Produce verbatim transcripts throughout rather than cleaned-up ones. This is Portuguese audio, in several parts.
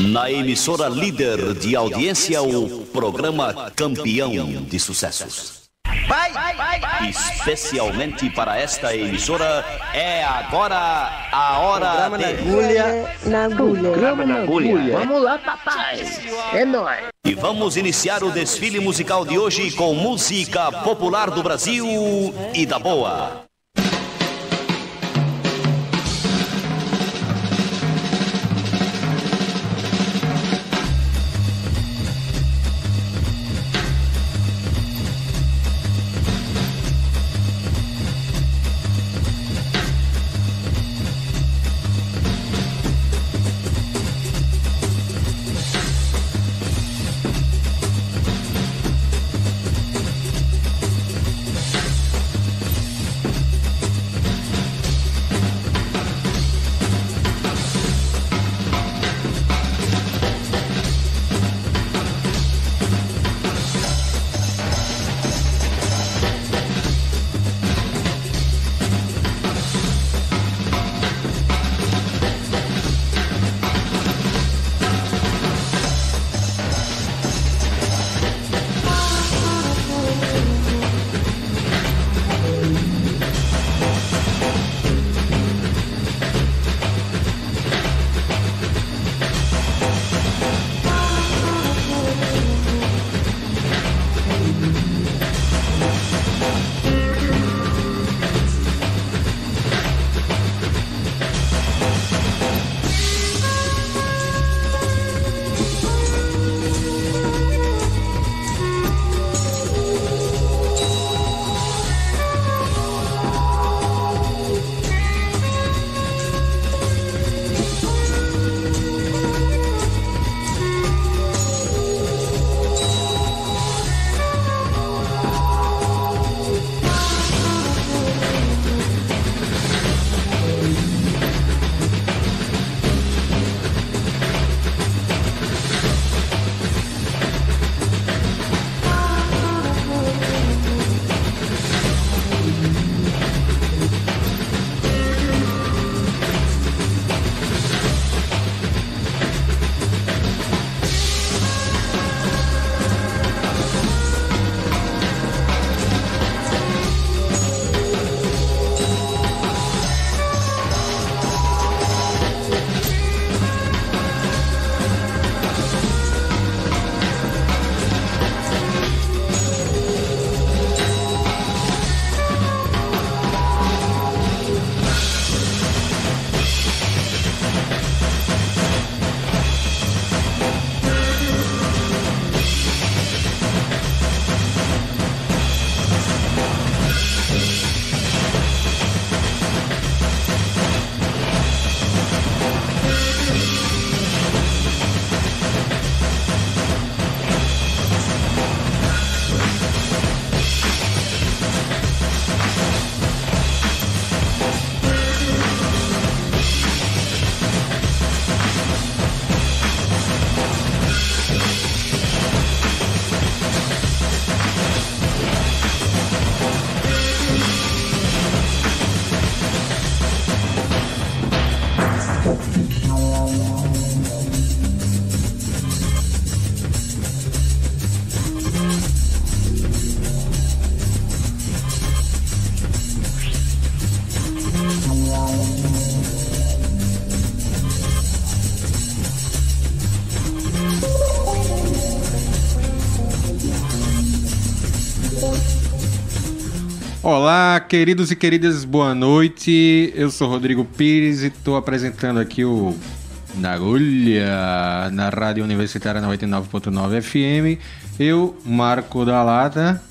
Na emissora líder de audiência, o programa Campeão de Sucessos. Vai, vai, vai, vai, especialmente para esta emissora, é agora a hora programa de... na agulha, na agulha, programa na agulha. Vamos lá, papai. É nóis. E vamos iniciar o desfile musical de hoje com música popular do Brasil e da boa. Olá, queridos e queridas, boa noite. Eu sou Rodrigo Pires e estou apresentando aqui o Na Agulha, na Rádio Universitária noventa e nove ponto nove F M. Eu, Marco da Lata.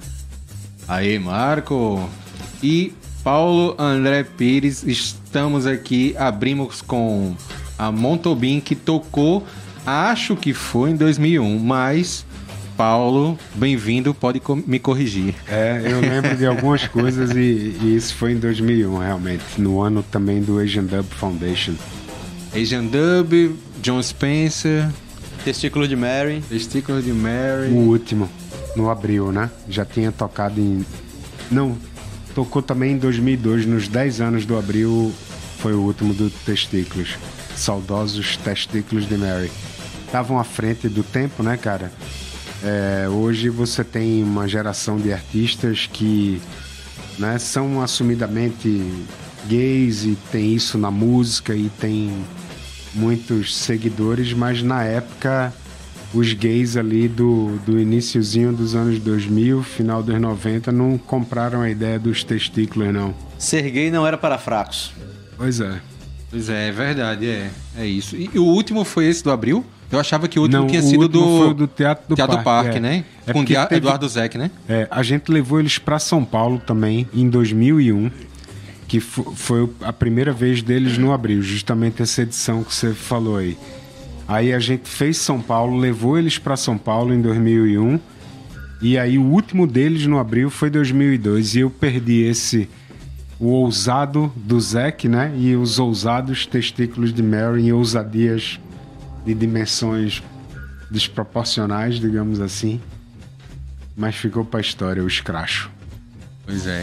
Aí, Marco. E Paulo André Pires. Estamos aqui, abrimos com a Montobin, que tocou, acho que foi em dois mil e um, mas... Paulo, bem-vindo, pode me corrigir. É, eu lembro de algumas coisas e, e isso foi em dois mil e um, realmente, no ano também do Asian Dub Foundation. Asian Dub, John Spencer, Testículo de Mary. Testículo de Mary. O último, no Abril, né? Já tinha tocado em... Não, tocou também em dois mil e dois, nos dez anos do Abril, foi o último do Testículos. saudosos Testículos de Mary. Estavam à frente do tempo, né, cara? É, hoje você tem uma geração de artistas que, né, são assumidamente gays e tem isso na música e tem muitos seguidores, mas na época os gays ali do, do iniciozinho dos anos dois mil, final dos noventa, não compraram a ideia dos testículos, não. Ser gay não era para fracos. Pois é. Pois é, é verdade, é, é isso. E, e o último foi esse do Abril? Eu achava que o último Não, tinha o sido último do, foi do Teatro do Teatro Parque, Parque, é. né? É Com porque Dia- teve- Eduardo Zeck, né? É, a gente levou eles para São Paulo também, em dois mil e um, que fo- foi a primeira vez deles no Abril, justamente essa edição que você falou aí. Aí a gente fez São Paulo, levou eles para São Paulo em dois mil e um, e aí o último deles no Abril foi dois mil e dois, e eu perdi esse, o ousado do Zeck, né? E os ousados Testículos de Mary em ousadias de dimensões desproporcionais, digamos assim. Mas ficou pra história o escracho. Pois é.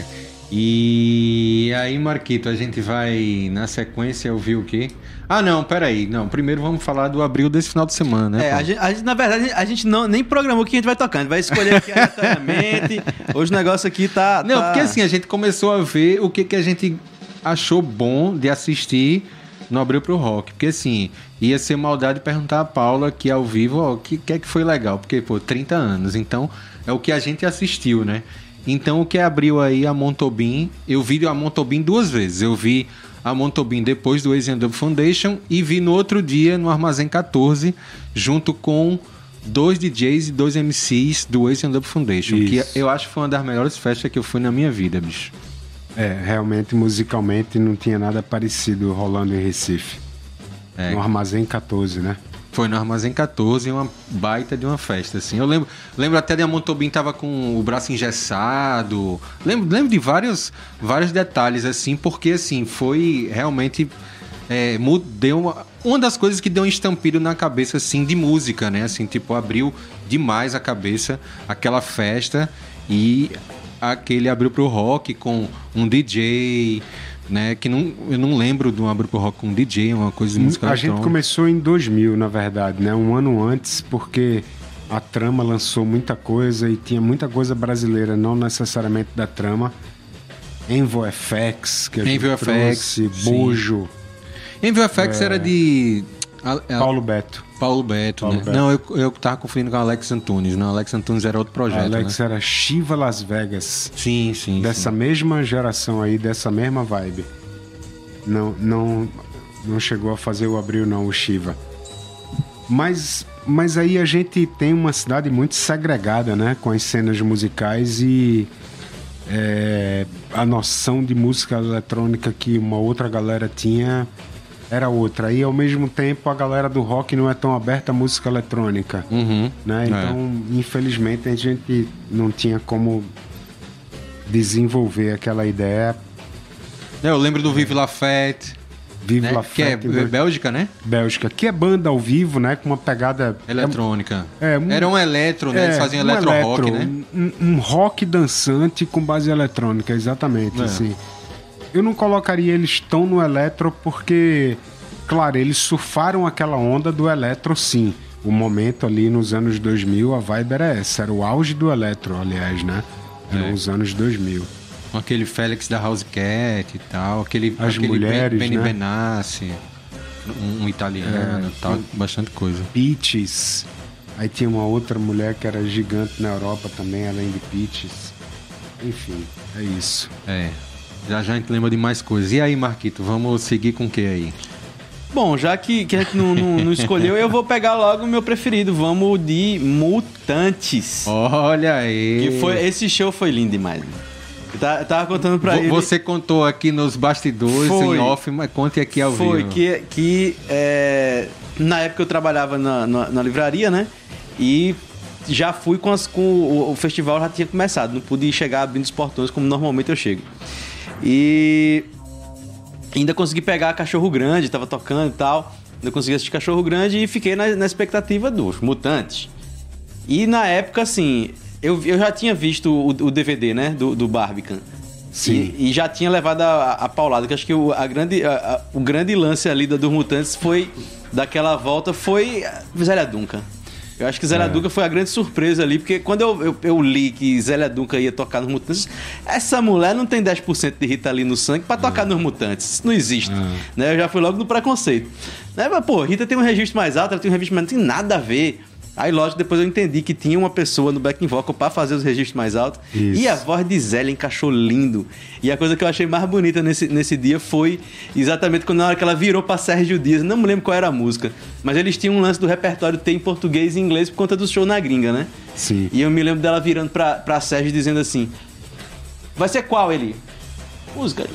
E aí, Marquito, a gente vai na sequência ouvir o quê? Ah, não, peraí. Não, primeiro vamos falar do Abril desse final de semana, né? É, pô? a gente, a gente, na verdade, a gente não, nem programou o que a gente vai tocando. A gente vai escolher aqui aleatoriamente. Hoje o negócio aqui tá... Não, tá... porque assim, a gente começou a ver o que, que a gente achou bom de assistir no Abril pro Rock. Porque assim, ia ser maldade perguntar a Paula que ao vivo, ó, o que, que é que foi legal? Porque, pô, trinta anos. Então, é o que a gente assistiu, né? Então, o que abriu aí a Montobin, eu vi a Montobin duas vezes. Eu vi a Montobin depois do Asian Dub Foundation e vi no outro dia no Armazém quatorze, junto com dois D Js e dois M Cs do Asian Dub Foundation. Isso. Que eu acho que foi uma das melhores festas que eu fui na minha vida, bicho. É, realmente, musicalmente, não tinha nada parecido rolando em Recife. É. No Armazém quatorze, né? Foi no Armazém quatorze, uma baita de uma festa, assim. Eu lembro, lembro até de a Montobin tava com o braço engessado. Lembro, lembro de vários, vários detalhes, assim, porque, assim, foi realmente... É, mu- deu uma, uma das coisas que deu um estampido na cabeça, assim, de música, né? Assim, tipo, abriu demais a cabeça aquela festa e aquele abriu pro rock com um D J... Né, que não, eu não lembro de um Abril pro Rock com um D J, uma coisa de música A gente eletrônica. começou em dois mil, na verdade, né? Um ano antes, porque a Trama lançou muita coisa e tinha muita coisa brasileira, não necessariamente da Trama. Envo F X, que a gente Envo F X, trouxe, sim. Bojo, Envy F X era de... a- a- Paulo Beto. Paulo Beto, Paulo né? Beto. Não, eu, eu tava confundindo com o Alex Antunes. Não, Alex Antunes era outro projeto, Alex né? era Shiva Las Vegas. Sim, sim. Dessa sim. mesma geração aí, dessa mesma vibe. Não, não, não chegou a fazer o Abril, não, o Shiva. Mas, mas aí a gente tem uma cidade muito segregada, né? Com as cenas musicais e é, a noção de música eletrônica que uma outra galera tinha era outra. E ao mesmo tempo a galera do rock não é tão aberta à música eletrônica. Uhum. Né? É. Então, infelizmente, a gente não tinha como desenvolver aquela ideia. Eu lembro do Vive La Fête, Vive né? La Que é Fête, né? Bélgica, né? Bélgica, que é banda ao vivo, né? Com uma pegada Eletrônica. É, um- Era um eletro, né? É, Eles faziam um eletro-rock, eletro, né? Um, um rock dançante com base eletrônica, exatamente. É. Assim. Eu não colocaria eles tão no eletro porque, claro, eles surfaram aquela onda do eletro, sim. O momento ali nos anos dois mil, a vibe era essa. Era o auge do eletro, aliás, né? Eram É. os anos dois mil. Com aquele Félix da House Cat e tal. Aquele, As aquele mulheres, Benny né? Benassi, um, um italiano e tal. Bastante coisa. Peaches. Aí tinha uma outra mulher que era gigante na Europa também, além de Peaches. Enfim, é isso. É. Já já a gente lembra de mais coisas. E aí, Marquito, vamos seguir com o que aí? Bom, já que, que a gente não, não, não escolheu, eu vou pegar logo o meu preferido. Vamos de Mutantes. Olha aí. Que foi, esse show foi lindo demais. Eu tava, eu tava contando pra Vo- ele... Você contou aqui nos bastidores, Foi. em off, mas conte aqui ao Foi vivo. que, que é, na época eu trabalhava na, na, na livraria, né? E já fui com, as, com o, o festival já tinha começado. Não pude chegar abrindo os portões como normalmente eu chego. E ainda consegui pegar Cachorro Grande, tava tocando e tal. Ainda consegui assistir Cachorro Grande e fiquei na, na expectativa dos Mutantes. E na época, assim, eu, eu já tinha visto o, o D V D, né? Do, do Barbican. Sim. E, e já tinha levado a, a paulada, que acho que o, a grande, a, a, o grande lance ali da dos Mutantes foi, daquela volta, foi Zélia Duncan. Eu acho que Zélia é. Duncan foi a grande surpresa ali, porque quando eu, eu, eu li que Zélia Duncan ia tocar nos Mutantes, essa mulher não tem dez por cento de Rita Lee no sangue pra tocar é. nos Mutantes. Isso não existe. É. Né? Eu já fui logo no preconceito. Né? Mas, pô, Rita tem um registro mais alto, ela tem um registro mais... Não tem nada a ver. Aí, lógico, depois eu entendi que tinha uma pessoa no backing vocal pra fazer os registros mais altos. Isso. E a voz de Zélia encaixou lindo. E a coisa que eu achei mais bonita nesse, nesse dia foi exatamente quando na hora que ela virou pra Sérgio Dias. Não me lembro qual era a música. Mas eles tinham um lance do repertório ter em português e inglês por conta do show na gringa, né? Sim. E eu me lembro dela virando pra, pra Sérgio dizendo assim... Vai ser qual, ele? Música...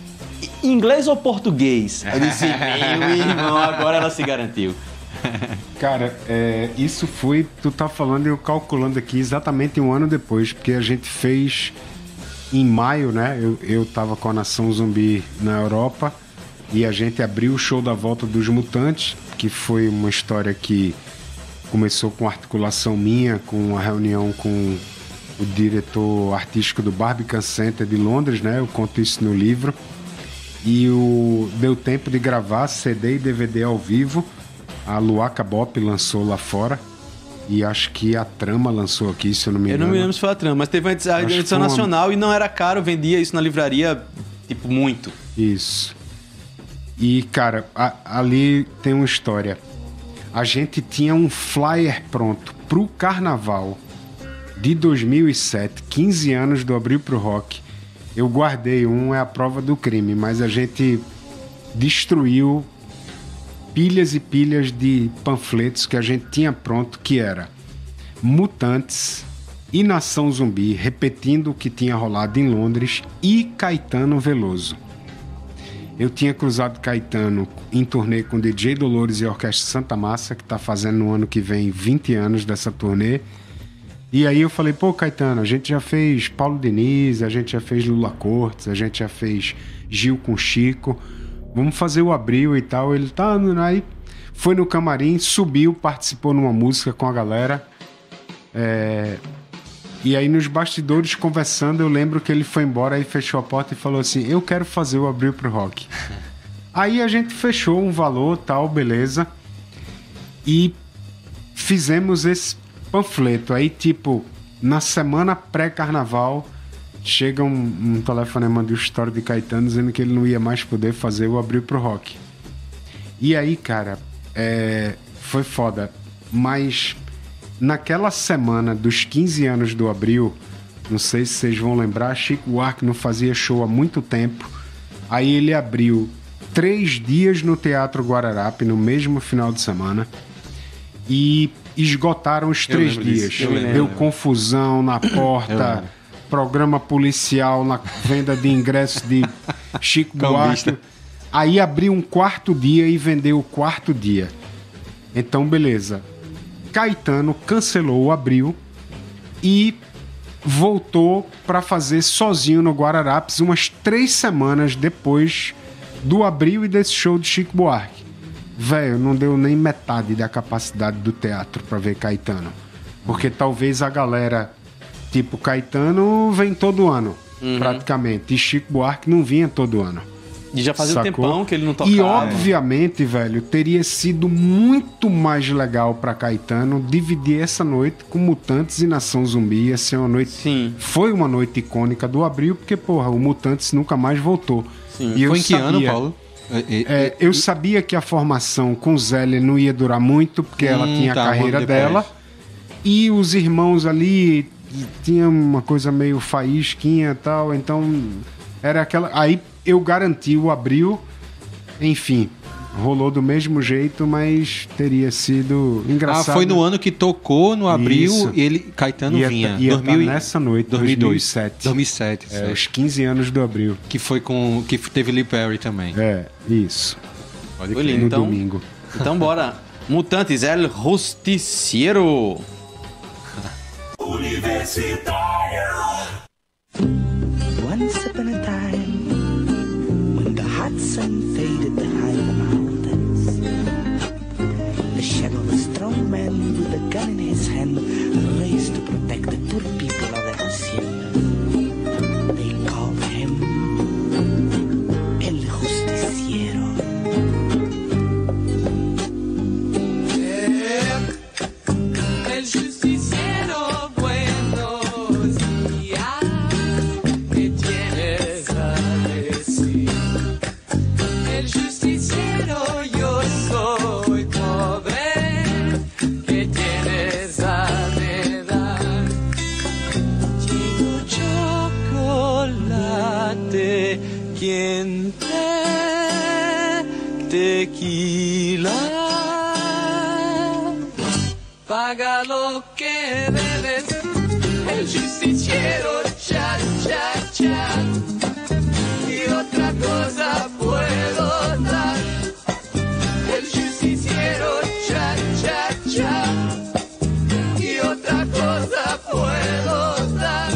Inglês ou português? Eu disse, meu irmão, agora ela se garantiu. Cara, é, isso foi... Tu tá falando e eu calculando aqui exatamente um ano depois, porque a gente fez em maio, né? Eu, eu tava com a Nação Zumbi na Europa e a gente abriu o show da volta dos Mutantes, que foi uma história que começou com articulação minha, com a reunião com o diretor artístico do Barbican Center de Londres, né? Eu conto isso no livro. E o, deu tempo de gravar C D e D V D ao vivo. A Luaca Bop lançou lá fora. E acho que a Trama lançou aqui, se eu não me engano. Eu não me lembro se foi a Trama, mas teve uma edição, edição uma... nacional e não era caro, vendia isso na livraria, tipo, muito. Isso. E, cara, a, ali tem uma história. A gente tinha um flyer pronto pro Carnaval de dois mil e sete, quinze anos do Abril pro Rock. Eu guardei um, é a prova do crime, mas a gente destruiu pilhas e pilhas de panfletos que a gente tinha pronto, que era Mutantes e Nação Zumbi, repetindo o que tinha rolado em Londres, e Caetano Veloso. Eu tinha cruzado Caetano em turnê com D J Dolores e a Orquestra Santa Massa, que está fazendo no ano que vem vinte anos dessa turnê. E aí eu falei, pô, Caetano, a gente já fez Paulo Diniz, a gente já fez Lula Cortes, a gente já fez Gil com Chico, vamos fazer o Abril e tal. Ele tá, aí foi no camarim, subiu, participou numa música com a galera. É... E aí nos bastidores conversando, eu lembro que ele foi embora e fechou a porta e falou assim, eu quero fazer o Abril pro Rock. Aí a gente fechou um valor, tal, beleza. E fizemos esse panfleto. Aí, tipo, na semana pré-carnaval, chega um, um telefonema do história de Caetano dizendo que ele não ia mais poder fazer o Abril pro Rock. E aí, cara, é, foi foda. Mas naquela semana dos quinze anos do Abril, não sei se vocês vão lembrar, Chico Buarque não fazia show há muito tempo. Aí ele abriu três dias no Teatro Guararapi, no mesmo final de semana. E esgotaram os três dias. Deu confusão na porta, programa policial na venda de ingressos de Chico Buarque. Aí abriu um quarto dia e vendeu o quarto dia. Então, beleza. Caetano cancelou o Abril e voltou para fazer sozinho no Guararapes umas três semanas depois do Abril e desse show de Chico Buarque. Velho, não deu nem metade da capacidade do teatro para ver Caetano. Porque talvez a galera, tipo, Caetano vem todo ano, uhum. praticamente. E Chico Buarque não vinha todo ano. E já fazia Sacou? um tempão que ele não tocava. E obviamente, é. velho, teria sido muito mais legal pra Caetano dividir essa noite com Mutantes e Nação Zumbi. Ia ser uma noite... Sim. Foi uma noite icônica do Abril, porque, porra, o Mutantes nunca mais voltou. Sim. E Foi eu em que sabia, ano, Paulo? É, eu sabia que a formação com Zélia não ia durar muito, porque hum, ela tinha tá, a carreira dela. E os irmãos ali tinham uma coisa meio faísquinha e tal, então era aquela... Aí eu garanti o Abril, enfim, rolou do mesmo jeito, mas teria sido engraçado. Ah, foi no ano que tocou no Abril. Isso. E ele, Caetano ia, vinha. Ia dois mil e... nessa noite, dois mil e sete. dois mil e sete, é, os quinze anos do Abril. Que foi com... que teve Lee Perry também. É, isso. Pode crer. No então, domingo. Então bora. Mutantes, El Justiciero. Universitário. Once upon a time, when the hot sun faded behind the mountains, the shadow of a strong man with a gun in his hand raced to protect the poor people of the hacienda. They called him paga lo que debes. El justiciero, cha, cha, cha. Y otra cosa puedo dar. El justiciero, cha, cha, cha. Y otra cosa puedo dar.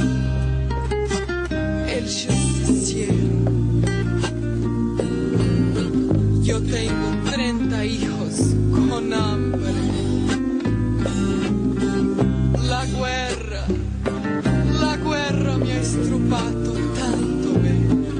El justiciero. Yo tengo treinta hijos con hambre. La guerra, la guerra mi ha estrupato tanto bene.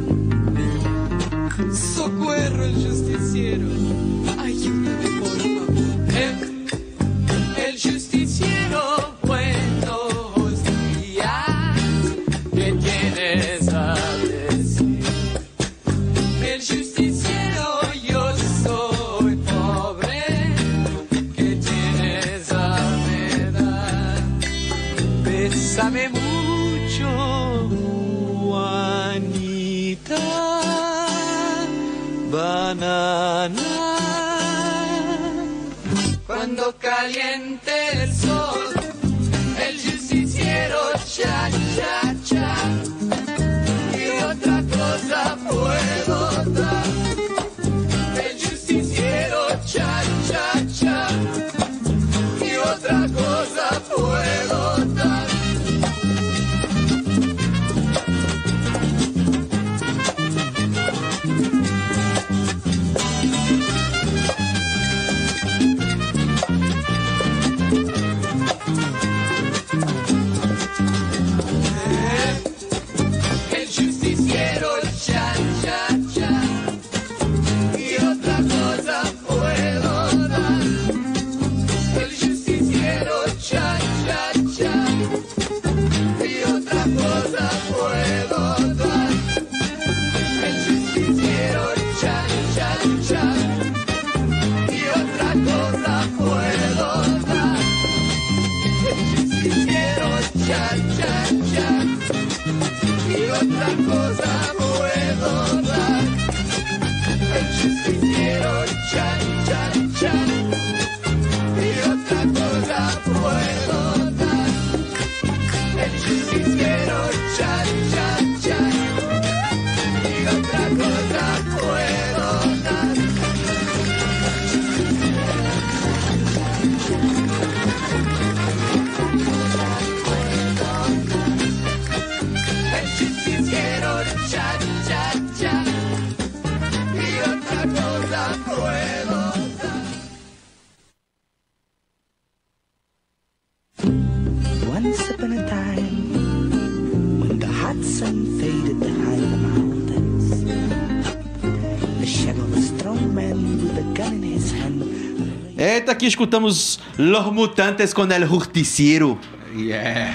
Socorro el justiciero, ayúdame por favor. El, el justiciero, buenos días, ¿qué tienes a decir? El justiciero, yo soy pobre, ¿qué tienes a me dar? Bésame mucho, Juanita, banana. Cuando caliente el sol, el justiciero, cha, cha, cha. Y otra cosa puedo dar. El justiciero, cha, cha, cha. Y otra cosa puedo dar. El justiciero, cha, cha, cha. Y otra cosa puedo dar. El justiciero, cha, cha, cha. Y otra cosa puedo dar. El justiciero, cha, cha, cha. Y otra cosa puedo dar. El justiciero, cha, cha, cha. Y otra cosa puedo dar. El justiciero, cha, cha, cha. Y otra cosa puedo dar. El justiciero, cha, cha, cha. Y otra cosa puedo dar. El justiciero, cha, cha, cha. Y otra cosa puedo dar. Once upon a time, when the hot sun faded behind the mountains, the shadow of a strong man with a gun in his hand. Eita, aqui escutamos Los Mutantes com El Justiciero. Yeah.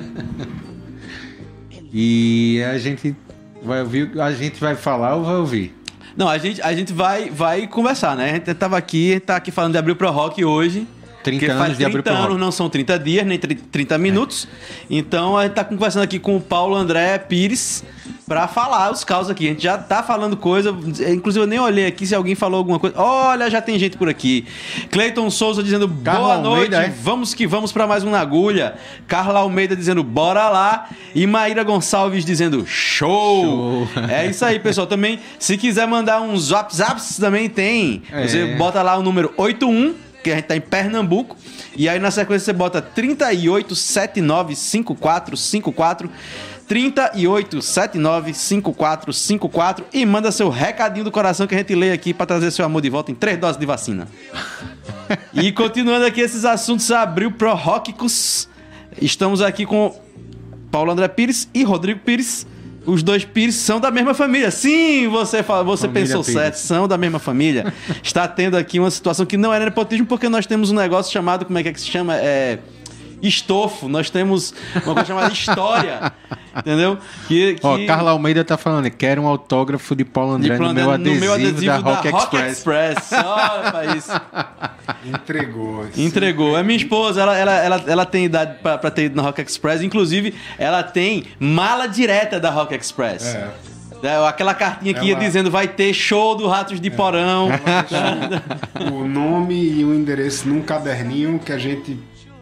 E a gente vai ouvir, a gente vai falar ou vai ouvir? Não, a gente, a gente vai, vai conversar, né? A gente tava aqui, tá aqui falando de Abril Pro Rock hoje. trinta Porque anos faz de Abril trinta Pro anos, Rock. não são trinta dias, nem trinta minutos. Então a gente tá conversando aqui com o Paulo André Pires pra falar os causos aqui. A gente já tá falando coisa, inclusive eu nem olhei aqui se alguém falou alguma coisa. Olha, já tem gente por aqui. Cleiton Souza dizendo Carla boa Almeida, noite, é? vamos que vamos pra mais um Na Agulha. Carla Almeida dizendo bora lá. E Maíra Gonçalves dizendo show. Show. É isso aí, pessoal. Também, se quiser mandar uns WhatsApps, também tem. É. Você bota lá o número oitenta e um, que a gente tá em Pernambuco. E aí na sequência você bota trinta e oito, setenta e nove, cinquenta e quatro, cinquenta e quatro. trinta e oito, setenta e nove, cinquenta e quatro, cinquenta e quatro. E manda seu recadinho do coração que a gente lê aqui pra trazer seu amor de volta em três doses de vacina. E continuando aqui esses assuntos Abril Pro Rockicos, estamos aqui com Paulo André Pires e Rodrigo Pires. Os dois Pires são da mesma família. Sim, você, fala, você pensou Pires. certo, são da mesma família. Está tendo aqui uma situação que não é nepotismo, porque nós temos um negócio chamado, como é que, é que se chama? É... estofo, nós temos uma coisa chamada história, entendeu? Que, que... Ó, Carla Almeida tá falando, quero um autógrafo de Paulo André, de no, meu adesivo, no meu adesivo da, da Rock Rock Express. Express. Ó, rapaz. Entregou. Entregou. É minha esposa, ela, ela, ela, ela tem idade pra, pra ter ido na Rock Express. Inclusive, ela tem mala direta da Rock Express. É. É, aquela cartinha que ia Ela- dizendo vai ter show do Ratos de Porão. O nome e o endereço num caderninho que a gente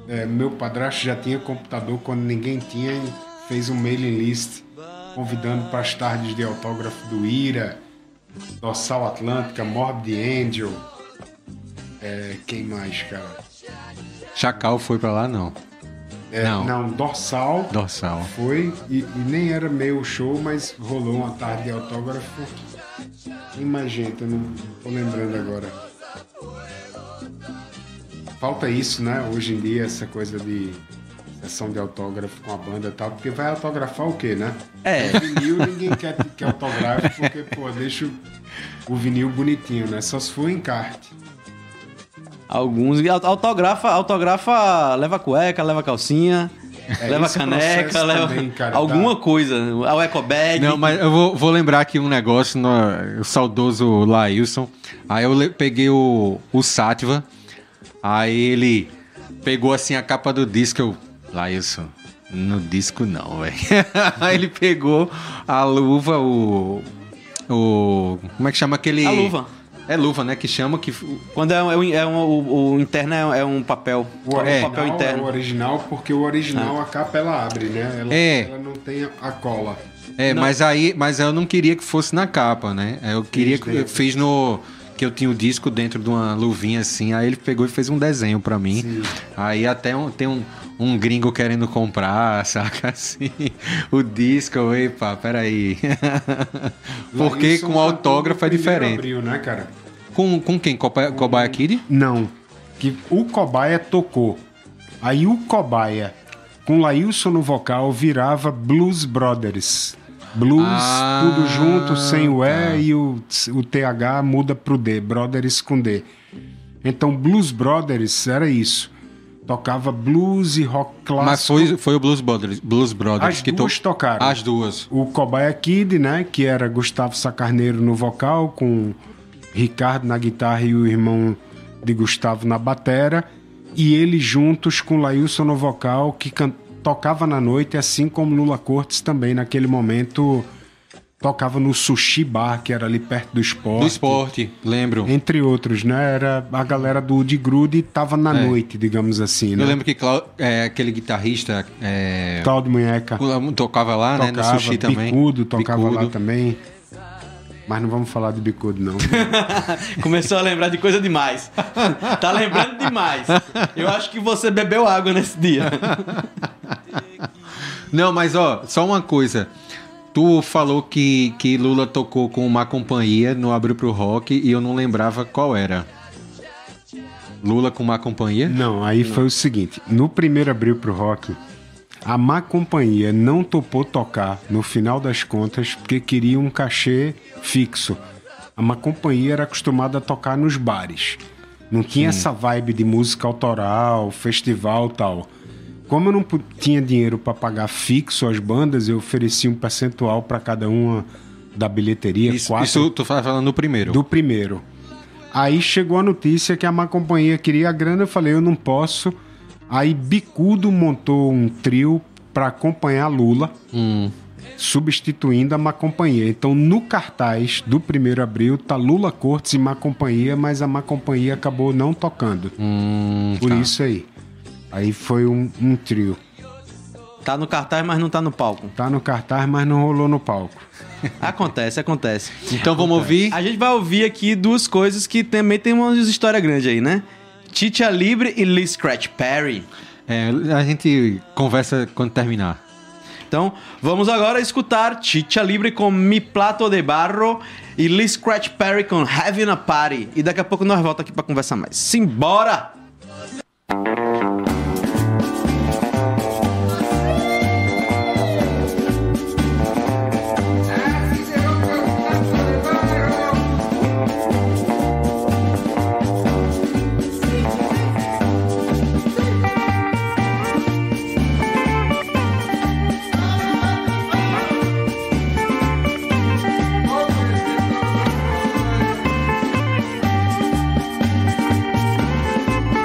É, meu padrasto já tinha computador quando ninguém tinha e fez um mailing list convidando para as tardes de autógrafo do Ira, Dorsal Atlântica, Morbid Angel. É, quem mais, cara? Chacal foi pra lá, não. É, Não. não, Dorsal. Dorsal. Foi, e, e nem era meu show, mas rolou uma tarde de autógrafo. Quem mais gente? Eu não tô lembrando agora. Falta isso, né? Hoje em dia, essa coisa de sessão de autógrafo com a banda e tal, porque vai autografar o quê, né? É. O vinil ninguém quer que autografe, porque, pô, deixa o, o vinil bonitinho, né? Só se for encarte. Alguns. Autografa, autografa, leva cueca, leva calcinha, É, leva esse caneca, processo leva também, cara, alguma tá- coisa. O eco bag. Não, mas eu vou, vou lembrar aqui um negócio, no, o saudoso Laílson. Aí eu le- peguei o, o Sátiva, aí ele pegou assim a capa do disco, eu... Laílson, no disco não, velho. Aí ele pegou a luva, o... o... Como é que chama aquele... A luva. É luva, né? Que chama que... Quando é, um, é, um, é um- o, o interno é, é um papel. O é um original papel é interno. o original, porque o original, a capa, ela abre, né? Ela, É. ela não tem a cola. É, mas aí, mas eu não queria que fosse na capa, né? Eu queria que eu dentro. fiz no que eu tinha o disco dentro de uma luvinha assim, aí ele pegou e fez um desenho pra mim. Sim. Aí até um- tem um, um gringo querendo comprar, saca assim, o disco, epa, peraí. Porque Laílson com cantou autógrafo é no primeiro diferente. Abril, né, cara? Com, com quem? Coba- Cobaia Kid? Não. Que o Cobaia tocou. Aí o Cobaia, com Laílson no vocal, virava Blues Brothers. Blues, Ah, tudo junto, sem o E tá. e o, o T H muda pro D. Brothers com D. Então Blues Brothers era isso. Tocava blues e rock clássico. Mas foi, foi o Blues Brothers, Blues Brothers As que duas to- tocaram. As duas. O Cobaia Kid, né? Que era Gustavo Sacarneiro no vocal, com Ricardo na guitarra e o irmão de Gustavo na batera. E eles juntos com Laílson no vocal, que can- tocava na noite, assim como Lula Cortes também, naquele momento, tocava no Sushi Bar, que era ali perto do esporte. Do esporte, lembro. Entre outros, né? Era a galera do De Grude tava na É. noite, digamos assim, né? Eu lembro que Clau- é, aquele guitarrista é, Claudio Munheca tocava lá, né? No tocava, sushi também. Bicudo tocava Bicudo. lá também. Mas não vamos falar de Bicudo, não. Começou a lembrar de coisa demais. Tá lembrando demais. Eu acho que você bebeu água nesse dia. Não, mas ó, só uma coisa. Tu falou que, que Lula tocou com uma companhia no Abril pro Rock e eu não lembrava qual era. Lula com uma companhia? Não, aí foi o seguinte. No primeiro Abril pro Rock, a Má Companhia não topou tocar no final das contas porque queria um cachê fixo. A Má Companhia era acostumada a tocar nos bares. Não tinha essa vibe de música autoral, festival e tal. Como eu não pu- tinha dinheiro para pagar fixo as bandas, eu ofereci um percentual para cada uma da bilheteria. Isso, quatro isso tu tá falando no primeiro. do primeiro. Aí chegou a notícia que a Má Companhia queria a grana, eu falei, eu não posso. Aí Bicudo montou um trio para acompanhar Lula, Hum. substituindo a Má Companhia. Então no cartaz do primeiro Abril tá Lula Cortes e Má Companhia, mas a Má Companhia acabou não tocando. Hum, Por tá. isso aí. Aí foi um, um trio. Tá no cartaz, mas não tá no palco. Tá no cartaz, mas não rolou no palco. Acontece, acontece. Então vamos ouvir. A gente vai ouvir aqui duas coisas que também tem uma história grande aí, né? Chicha Libre e Lee Scratch Perry. É, a gente conversa quando terminar. Então, vamos agora escutar Chicha Libre com Mi Plato de Barro e Lee Scratch Perry com Having a Party. E daqui a pouco nós voltamos aqui pra conversar mais. Simbora! Thank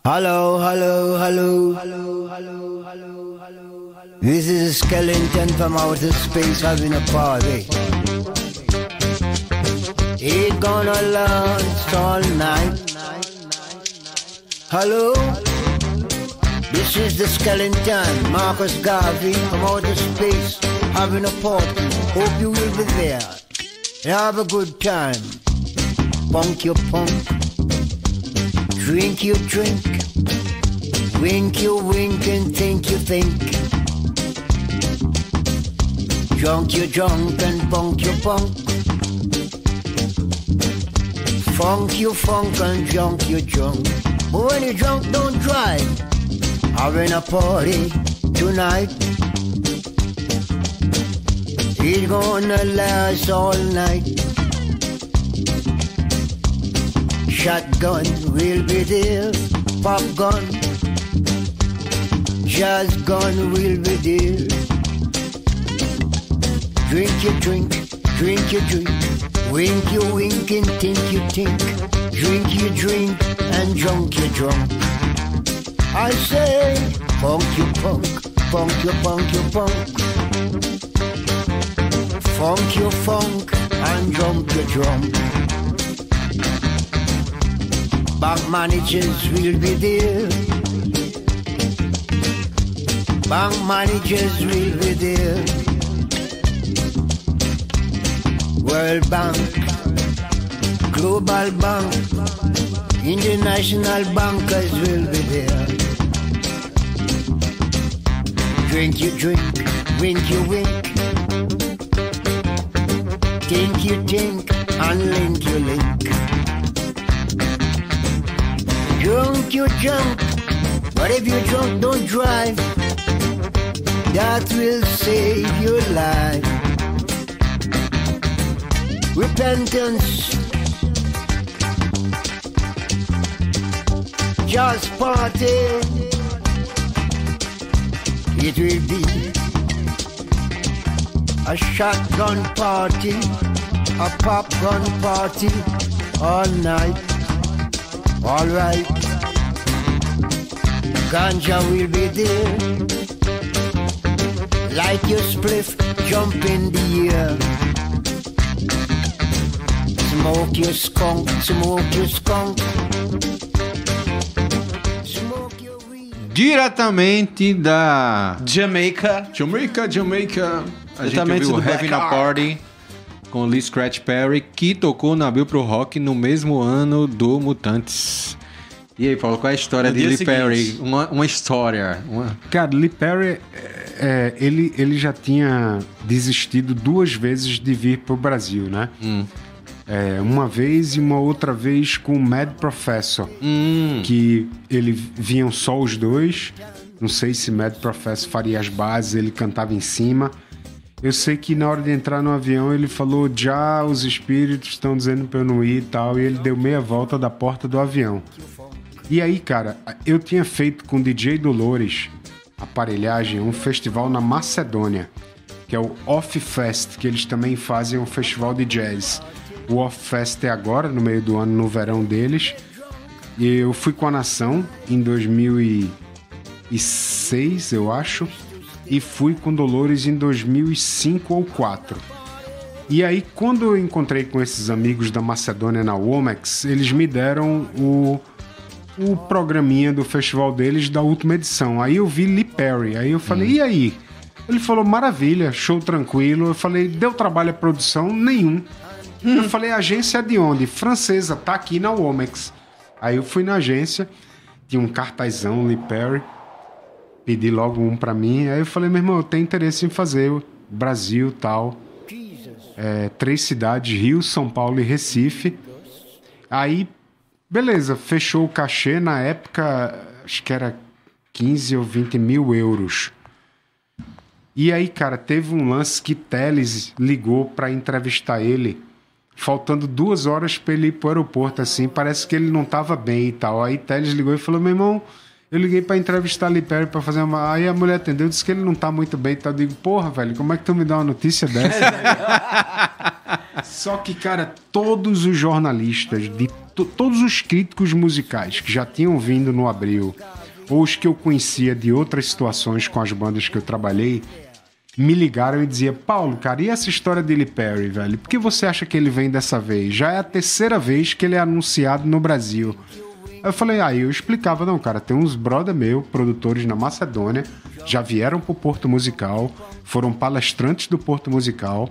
Hello, hello, hello, hello, hello, hello, hello, hello. This is a skeleton from outer space having a party. It gonna last all night. Hello, this is the skeleton, Marcus Garvey from outer space having a party. Hope you will be there. Have a good time. Punk your punk. Drink you drink, wink you wink and think you think. Drunk you drunk and punk you punk. Funk you funk and drunk you drunk. But when you drunk don't drive. Having a party tonight. It's gonna last all night. Shotgun will be there, pop gun, jazz gun will be there. Drink you drink, drink you drink, wink you wink and think you think. Drink you drink and drunk you drunk. I say, funk you punk, funk you punk you punk. Funk you funk and drunk you drunk. Bank managers will be there. Bank managers will be there. World Bank, Global Bank, International bankers will be there. Drink you drink, wink you wink. Think you think, and link you link. Drunk you drunk, but if you're drunk don't drive. That will save your life. Repentance, just party. It will be a shotgun party, a popgun party all night. All right, ganja will be there. Light your spliff, jump in the air. Smoke your skunk, smoke your skunk. Smoke your weed. Diretamente da Jamaica. Jamaica, Jamaica. A gente Diretamente ouviu do Having a Black Party com Lee Scratch Perry, que tocou na Bill Pro Rock no mesmo ano do Mutantes. E aí, Paulo, qual é a história No de dia Lee seguinte. Perry? Uma, uma história. Uma... Cara, Lee Perry, é, ele, ele já tinha desistido duas vezes de vir pro Brasil, né? Hum. É, uma vez e uma outra vez com o Mad Professor, Hum. que ele vinham só os dois. Não sei se Mad Professor faria as bases, ele cantava em cima. Eu sei que na hora de entrar no avião ele falou, já os espíritos estão dizendo pra eu não ir e tal, e ele deu meia volta da porta do avião. E aí, cara, eu tinha feito com o D J Dolores, Aparelhagem, um festival na Macedônia, que é o Off Fest, que eles também fazem um festival de jazz. O Off Fest é agora, no meio do ano, no verão deles. E eu fui com a Nação em dois mil e seis, eu acho, e fui com Dolores em dois mil e cinco ou dois mil e quatro. E aí, quando eu encontrei com esses amigos da Macedônia na Womex, eles me deram o, o programinha do festival deles da última edição. Aí eu vi Lee Perry, aí eu falei, hum. e aí? Ele falou, maravilha, show tranquilo. Eu falei, deu trabalho a produção? Nenhum. Hum. Eu falei, agência de onde? Francesa, tá aqui na Womex. Aí eu fui na agência, tinha um cartazão Lee Perry, pedi logo um pra mim. Aí eu falei, meu irmão, eu tenho interesse em fazer Brasil e tal. É, três cidades, Rio, São Paulo e Recife. Aí, beleza, fechou o cachê. Na época, acho que era quinze ou vinte mil euros. E aí, cara, teve um lance que Teles ligou pra entrevistar ele, faltando duas horas pra ele ir pro aeroporto, assim. Parece que ele não tava bem e tal. Aí Teles ligou e falou, meu irmão, eu liguei pra entrevistar Lee Perry pra fazer uma... Aí a mulher atendeu, disse que ele não tá muito bem e tal. Eu digo, porra, velho, como é que tu me dá uma notícia dessa? Só que, cara, todos os jornalistas, de to- todos os críticos musicais que já tinham vindo no Abril, ou os que eu conhecia de outras situações com as bandas que eu trabalhei, me ligaram e diziam: Paulo, cara, e essa história de Lee Perry, velho? Por que você acha que ele vem dessa vez? Já é a terceira vez que ele é anunciado no Brasil. Aí eu falei, aí ah, eu explicava, não, cara, tem uns brother meu, produtores na Macedônia, já vieram pro Porto Musical, foram palestrantes do Porto Musical,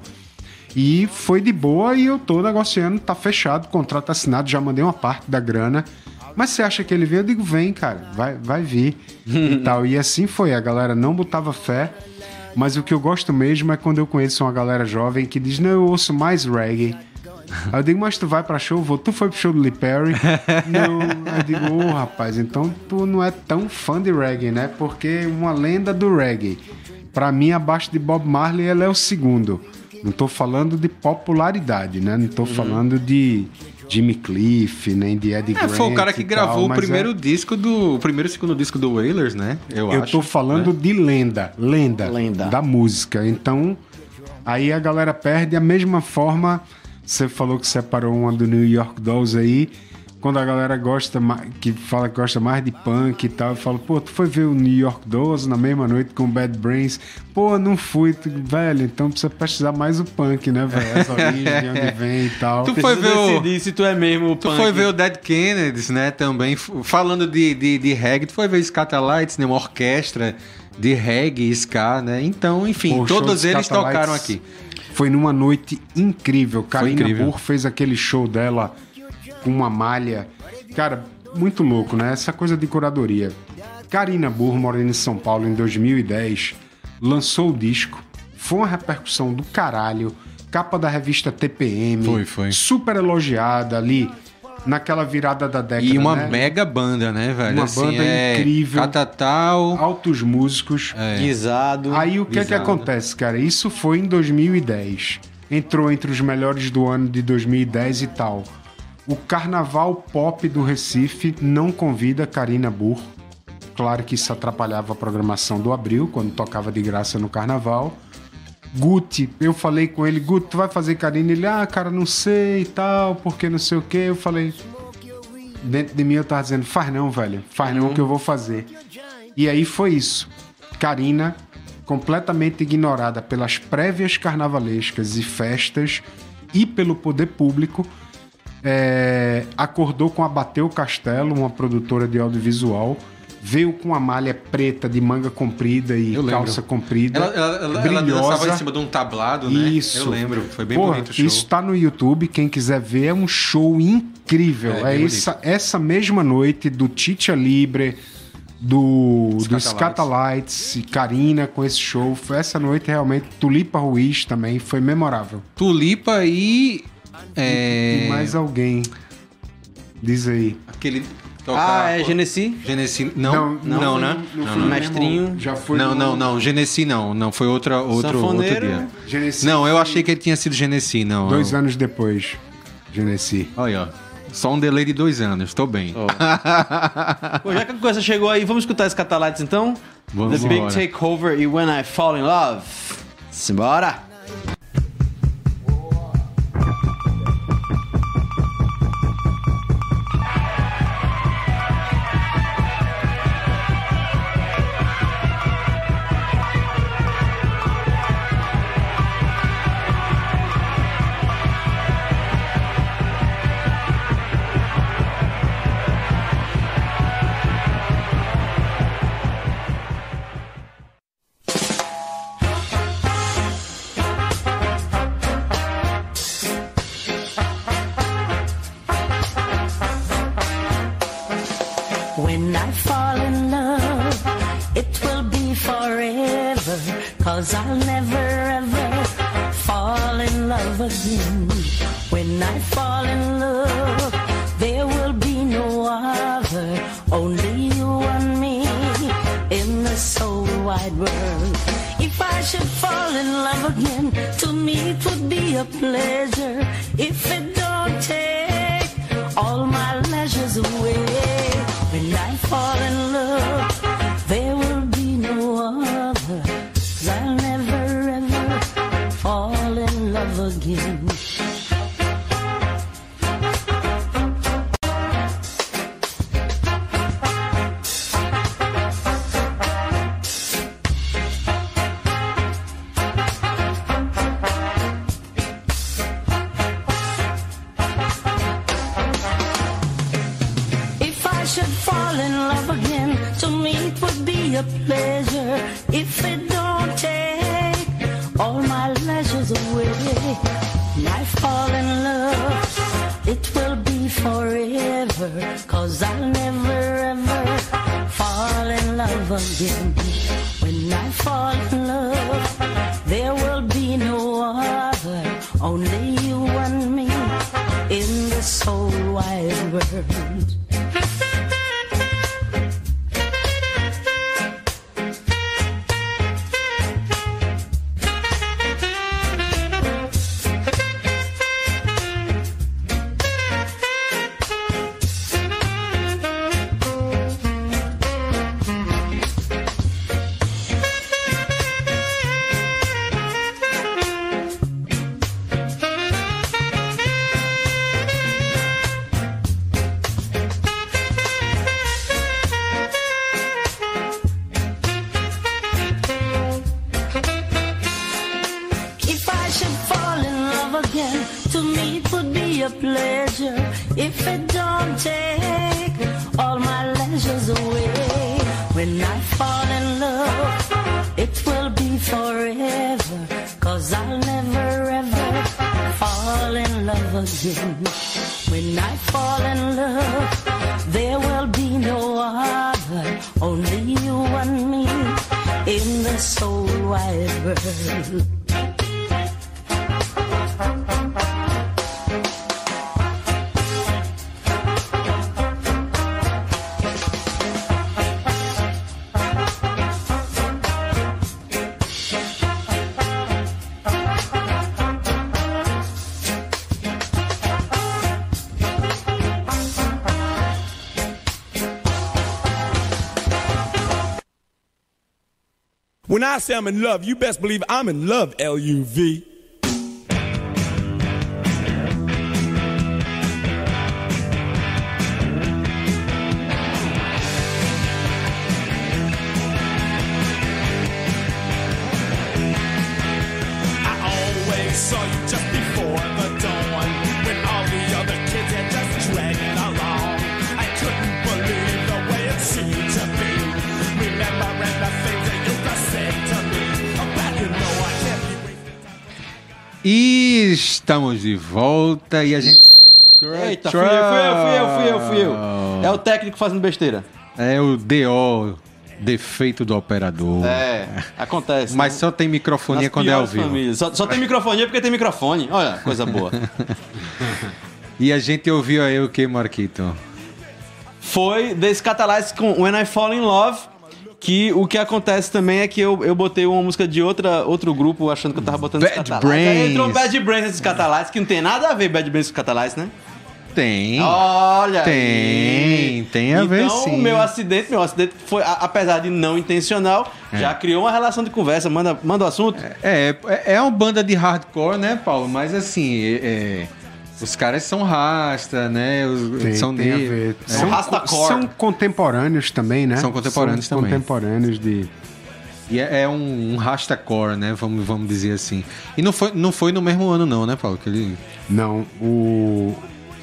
e foi de boa e eu tô negociando, tá fechado, contrato assinado, já mandei uma parte da grana. Mas você acha que ele vem? Eu digo, vem, cara, vai, vai vir e tal. E assim foi, a galera não botava fé. Mas o que eu gosto mesmo é quando eu conheço uma galera jovem que diz, não, eu ouço mais reggae. Aí eu digo, mas tu vai pra show? Vou. Tu foi pro show do Lee Perry? Não. Aí eu digo, ô oh, rapaz, então tu não é tão fã de reggae, né? Porque uma lenda do reggae, pra mim, abaixo de Bob Marley, ela é o segundo. Não tô falando de popularidade, né? Não tô uhum. falando de Jimmy Cliff, nem de Eddie Grant. É, foi o cara que gravou tal, o primeiro é... disco do... O primeiro e segundo disco do Wailers, né? Eu, eu acho. tô falando né? de lenda, lenda. Lenda. Da música. Então, aí a galera perde a mesma forma. Você falou que separou uma do New York Dolls aí. Quando a galera gosta, que fala que gosta mais de punk e tal, eu falo, pô, tu foi ver o New York Dolls na mesma noite com o Bad Brains? Pô, não fui, tu, velho, então precisa pesquisar mais o punk, né, velho? As origens, de onde vem e tal. Tu foi ver o... se tu é mesmo o Tu punk. foi ver o Dead Kennedys, né, também, falando de, de, de reggae, tu foi ver o Scatalites, né, uma orquestra de reggae e ska, né, então, enfim, Pô, todos eles tocaram aqui. Foi numa noite incrível, Karina incrível. Burr fez aquele show dela com uma malha, cara, muito louco, né? Essa coisa de curadoria. Karina Burr, morando em São Paulo em dois mil e dez, lançou o disco, foi uma repercussão do caralho, capa da revista T P M, foi, foi. super elogiada ali, naquela virada da década, e uma né? mega banda, né, velho? Uma assim, banda é... incrível, Catatal, altos músicos, é. Guisado. Aí o que é que acontece, cara? Isso foi em dois mil e dez. Entrou entre os melhores do ano de dois mil e dez e tal. O Carnaval Pop do Recife não convida Karina Burr. Claro que isso atrapalhava a programação do Abril, quando tocava de graça no Carnaval. Guti, eu falei com ele, Guti, tu vai fazer Karina? Ele, ah, cara, não sei e tal, porque não sei o quê. Eu falei, dentro de mim eu tava dizendo, faz não, velho, faz não que eu vou fazer. E aí foi isso. Karina, completamente ignorada pelas prévias carnavalescas e festas e pelo poder público, é, acordou com a Bateu Castelo, uma produtora de audiovisual, veio com uma malha preta de manga comprida e calça comprida, ela, ela, ela, brilhosa. Ela dançava em cima de um tablado, né? Isso. Eu lembro, foi bem Porra, bonito o show. Isso tá no YouTube, quem quiser ver, é um show incrível. É, é essa, essa mesma noite do Titia Libre, do Scatalites. do Scatalites e Karina com esse show. Foi essa noite realmente. Tulipa Ruiz também, foi memorável. Tulipa e... É... E mais alguém. Diz aí. Aquele... Ah, é Genesi? Genesi, não, não, não, não, né? Não, não, não. Mestrinho. Já foi não, no... não, não, Genesi não, não, foi outra, outro, outro dia. Genesi não, eu achei que ele tinha sido Genesi, não. Dois eu... anos depois, Genesi. Olha, ó, só um delay de dois anos, tô bem. Oh. Pô, já que a coisa chegou aí, vamos escutar esse Catalites então? Vamos The embora. Big Takeover e When I Fall in Love. Simbora! When I fall in love, it will be forever, 'cause I'll never ever fall in love again. When I fall in love, there will be no other, only you and me in this whole wide world. If I should fall in love again, to me it would be a pleasure. If it don't take all my leisures away. When I fall in love, there will be no other, 'cause I'll never ever fall in love again. be a pleasure if it don't take all my leisures away. When I fall in love, it will be forever, 'cause I'll never ever fall in love again. When I fall in love, there will be no other, only you and me in this whole wide world. If it don't take all my leisures away, when I fall in love, it will be forever, 'cause I'll never ever fall in love again. When I fall in love, there will be no other, only you and me in this whole wide world. When I say I'm in love, you best believe I'm in love, L U V. E estamos de volta e a gente... Eita, fui eu, fui eu, fui eu, fui eu, fui eu. É o técnico fazendo besteira. É o D O, defeito do operador. É, acontece. Mas né? só tem microfonia Nas quando é ao piores vivo. famílias. Só, só tem microfonia porque tem microfone. Olha, coisa boa. E a gente ouviu aí o que, Marquito? Foi The Scatalites com When I Fall in Love. Que o que acontece também é que eu, eu botei uma música de outra, outro grupo achando que eu tava botando Bad Scatalites. Brains. Aí entrou Bad Brains nesses Scatalites, que não tem nada a ver Bad Brains com Scatalites, né? Tem. Olha Tem, aí. tem a ver então, sim. Então, meu acidente, meu acidente foi, a- apesar de não intencional, É. já criou uma relação de conversa. Manda, manda o assunto. É, é, é uma banda de hardcore, né, Paulo? Mas assim, é- é, os caras são rasta, né? Os, Tem, são tem a de- ver. é. São, são contemporâneos também, né? São contemporâneos São também. contemporâneos de... E é, é um, um rastacore, né? Vamos, vamos dizer assim. E não foi, não foi no mesmo ano, não, né, Paulo? Que ele... Não, o...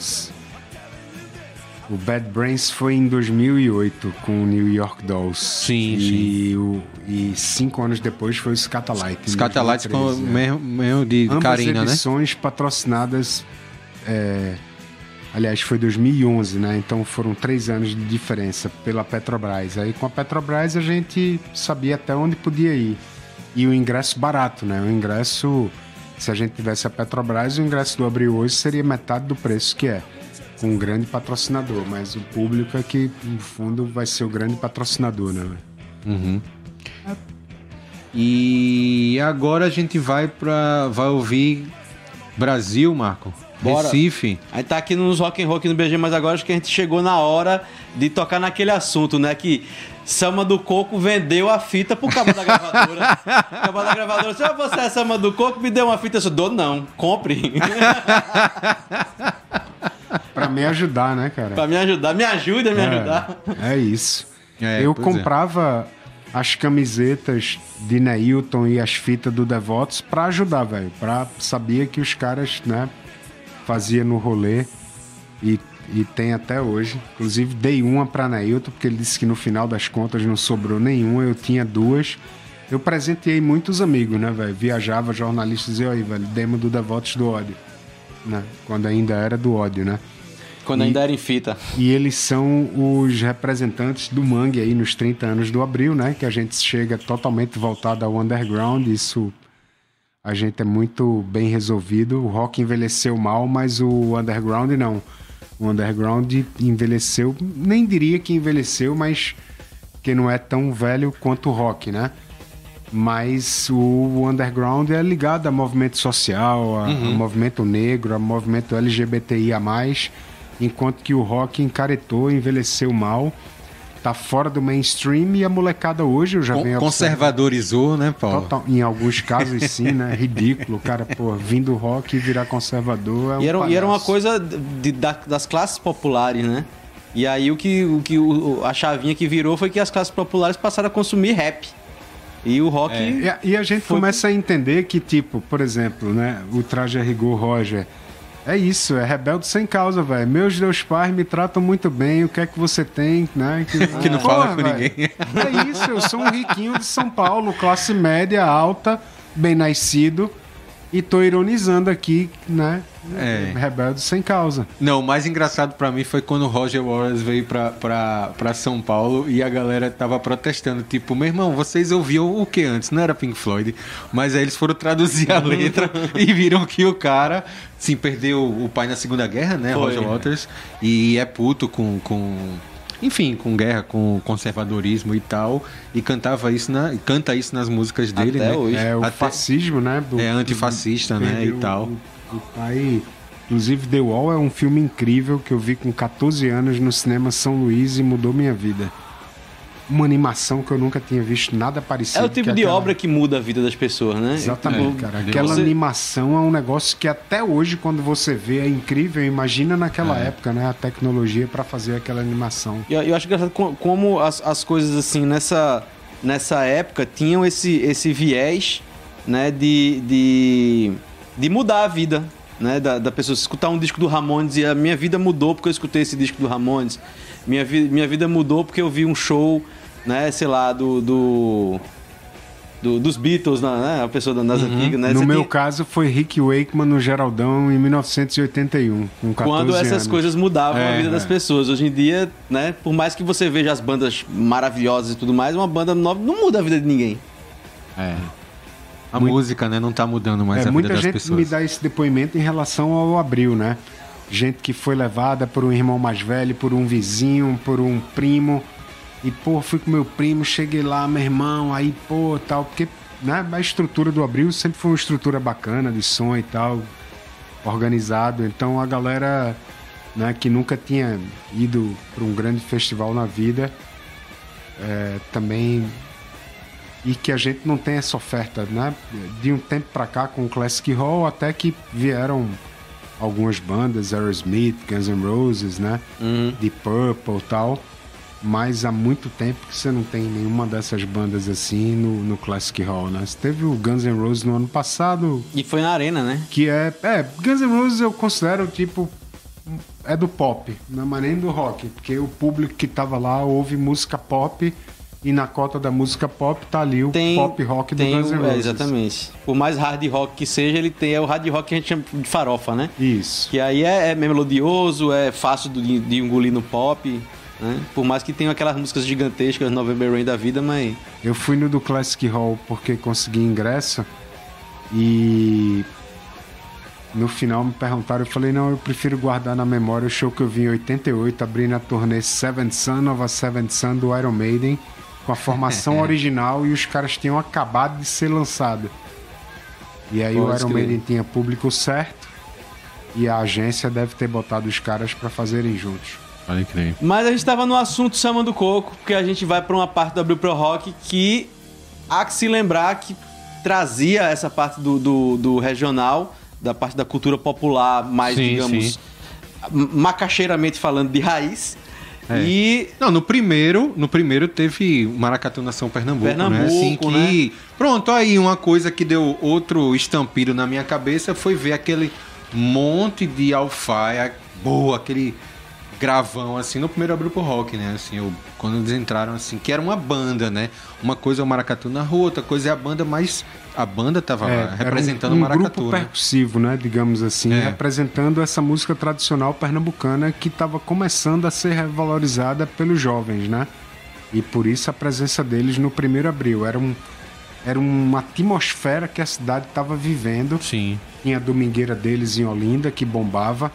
O Bad Brains foi em dois mil e oito com o New York Dolls. Sim, e sim. O, e cinco anos depois foi o Scatalites. em Scatalites com dois mil e treze, mesmo, mesmo de Ambas Karina, né? edições patrocinadas... é, aliás, foi dois mil e onze, né? Então foram três anos de diferença pela Petrobras. Aí com a Petrobras a gente sabia até onde podia ir. E o ingresso barato, né? O ingresso, se a gente tivesse a Petrobras, o ingresso do Abril hoje seria metade do preço que é. Com um grande patrocinador. Mas o público é que, no fundo, vai ser o grande patrocinador, né? Uhum. E agora a gente vai para vai ouvir Brasil, Marco. Bora. Recife. Aí tá aqui nos Rock and Roll aqui no B G, mas agora acho que a gente chegou na hora de tocar naquele assunto, né? Que Sama do Coco vendeu a fita pro cabo da gravadora. O cabo da gravadora, se você é Sama do Coco, me dê uma fita. Eu disse, dou não, compre. Pra me ajudar, né, cara? Pra me ajudar, me ajuda a me É, ajudar. É isso. É, eu pois é. comprava as camisetas de Neilton e as fitas do Devotos pra ajudar, velho. Pra sabia que os caras, né, fazia no rolê. E E tem até hoje. Inclusive, dei uma pra Neilton, porque ele disse que no final das contas não sobrou nenhuma. Eu tinha duas. Eu presenteei muitos amigos, né, velho? Viajava, jornalistas, e aí, velho, demo do Devotos do Ódio. Né? Quando ainda era do ódio, né? Quando e, ainda era em fita. E eles são os representantes do Mangue aí nos trinta anos do Abril, né? Que a gente chega totalmente voltado ao underground. Isso a gente é muito bem resolvido. O rock envelheceu mal, mas o underground não. O underground envelheceu, nem diria que envelheceu, mas que não é tão velho quanto o rock, né? Mas o underground é ligado a movimento social, a, uhum. a movimento negro, a movimento L G B T I A mais, enquanto que o rock encaretou, envelheceu mal, tá fora do mainstream e a molecada hoje, eu já venho conservadorizou, né, Paulo? Total, em alguns casos sim, né? Ridículo, cara, pô, vir do rock e virar conservador é um e, era, e era uma coisa de, da, das classes populares, né? E aí o que, o que o, a chavinha que virou foi que as classes populares passaram a consumir rap. E o rock... É. E, a, e a gente foi... começa a entender que, tipo, por exemplo, né? O Traje a Rigor, Roger... É isso, é rebelde sem causa, velho. Meus dois pais me tratam muito bem, o que é que você tem, né? Que, que não fala com véio. ninguém. É isso, eu sou um riquinho de São Paulo, classe média, alta, bem nascido, e tô ironizando aqui, né? É. Rebelde sem causa. Não, o mais engraçado pra mim foi quando o Roger Waters veio pra, pra, pra São Paulo e a galera tava protestando, tipo, meu irmão, vocês ouviam o que antes? Não era Pink Floyd, mas aí eles foram traduzir a letra e viram que o cara, sim, perdeu o pai na Segunda Guerra, né, foi, Roger Waters, e é puto com... com... enfim, com guerra, com conservadorismo e tal, e cantava isso na, canta isso nas músicas dele, até né? Hoje. É o Até, fascismo, né? Do, é antifascista, do, né? E tal. O, o pai, inclusive, The Wall é um filme incrível que eu vi com catorze anos no cinema São Luís e mudou minha vida. Uma animação que eu nunca tinha visto nada parecido. É o tipo de aquela... obra que muda a vida das pessoas, né? Exatamente, é, cara. Aquela você... animação é um negócio que até hoje, quando você vê, é incrível. Imagina naquela é. época, né? A tecnologia para fazer aquela animação. Eu, eu acho engraçado como as, as coisas, assim, nessa, nessa época, tinham esse, esse viés, né? De, de, de mudar a vida, né? Da, da pessoa escutar um disco do Ramones e a minha vida mudou porque eu escutei esse disco do Ramones. Minha, vi, minha vida mudou porque eu vi um show, né, sei lá, do, do, do dos Beatles, né, a pessoa das uhum. antigas, né? No Você meu tem... caso foi Rick Wakeman no Geraldão em mil novecentos e oitenta e um, com catorze Quando essas anos. coisas mudavam é, a vida é. das pessoas. Hoje em dia, né, por mais que você veja as bandas maravilhosas e tudo mais, uma banda nova não muda a vida de ninguém. É. A Muito... música, né, não tá mudando mais é, a vida das pessoas. Muita gente me dá esse depoimento em relação ao Abril, né? Gente que foi levada por um irmão mais velho, por um vizinho, por um primo. E, pô, fui com meu primo, cheguei lá, meu irmão, aí, pô, tal. Porque, né, a estrutura do Abril sempre foi uma estrutura bacana, de som e tal, organizado. Então, a galera, né, que nunca tinha ido para um grande festival na vida, é, também... E que a gente não tem essa oferta, né? De um tempo pra cá, com o Classic Hall, até que vieram... algumas bandas, Aerosmith, Guns N' Roses, né? Uhum. Deep Purple e tal. Mas há muito tempo que você não tem nenhuma dessas bandas assim no, no Classic Hall, né? Você teve o Guns N' Roses no ano passado. E foi na Arena, né? Que é... É, Guns N' Roses eu considero, tipo... É do pop, não é mais nem do rock. Porque o público que tava lá ouve música pop... E na cota da música pop tá ali o tem, pop rock do Guns N' Roses. É, exatamente. Por mais hard rock que seja, ele tem é o hard rock que a gente chama de farofa, né? Isso. Que aí é, é melodioso, é fácil de, de engolir no pop, né? Por mais que tenha aquelas músicas gigantescas, November Rain da vida, mas... Eu fui no do Classic Hall porque consegui ingresso e... No final me perguntaram, eu falei, não, eu prefiro guardar na memória o show que eu vi em oitenta e oito, abrindo a turnê Seventh Son of a Seventh Son do Iron Maiden, com a formação original, e os caras tinham acabado de ser lançado. E aí Pode o Iron Maiden tinha público certo e a agência deve ter botado os caras pra fazerem juntos. Pode crer. Mas a gente tava no assunto Samba do Coco, porque a gente vai pra uma parte do Abril Pro Rock que há que se lembrar que trazia essa parte do, do, do regional, da parte da cultura popular, mais, sim, digamos, sim. macaxeiramente falando, de raiz. É. E não, no primeiro, no primeiro teve Maracatu Nação Pernambuco, Pernambuco, né? Assim que né? Pronto, aí uma coisa que deu outro estampido na minha cabeça foi ver aquele monte de alfaia boa, aquele gravão, assim, no primeiro Abril pro Rock, né? Assim, eu, quando eles entraram, assim, que era uma banda, né? Uma coisa é o maracatu na rua, outra coisa é a banda, mas a banda tava É, lá, representando um, um o maracatu, grupo né? percussivo, né? Digamos assim, É. representando essa música tradicional pernambucana que estava começando a ser revalorizada pelos jovens, né? E por isso a presença deles no primeiro Abril. Era, um, era uma atmosfera que a cidade estava vivendo. Sim. Tinha a domingueira deles em Olinda, que bombava.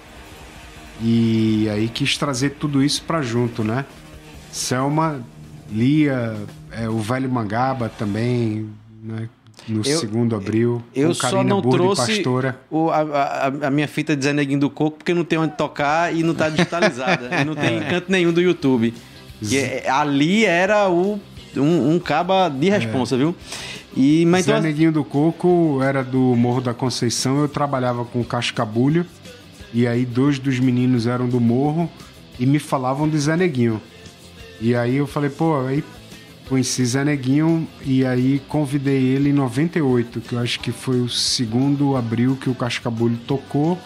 E aí quis trazer tudo isso pra junto, né? Selma, Lia, é, o Velho Mangaba também, né? No Eu- segundo Abril. Eu com só Carina não Burdi trouxe Pastora. o- a, a- a minha fita de Zé Neguinho do Coco porque não tem onde tocar e não tá digitalizada. E não tem canto nenhum do YouTube. Que é- ali era o, um, um caba de responsa, viu? E, mas Zé então, Neguinho do Coco era do Morro da Conceição, eu trabalhava com o Cascabulho, e aí dois dos meninos eram do Morro e me falavam de Zé Neguinho. E aí eu falei, pô, aí conheci Zé Neguinho e aí convidei ele em noventa e oito, que eu acho que foi o segundo Abril que o Cascabulho tocou.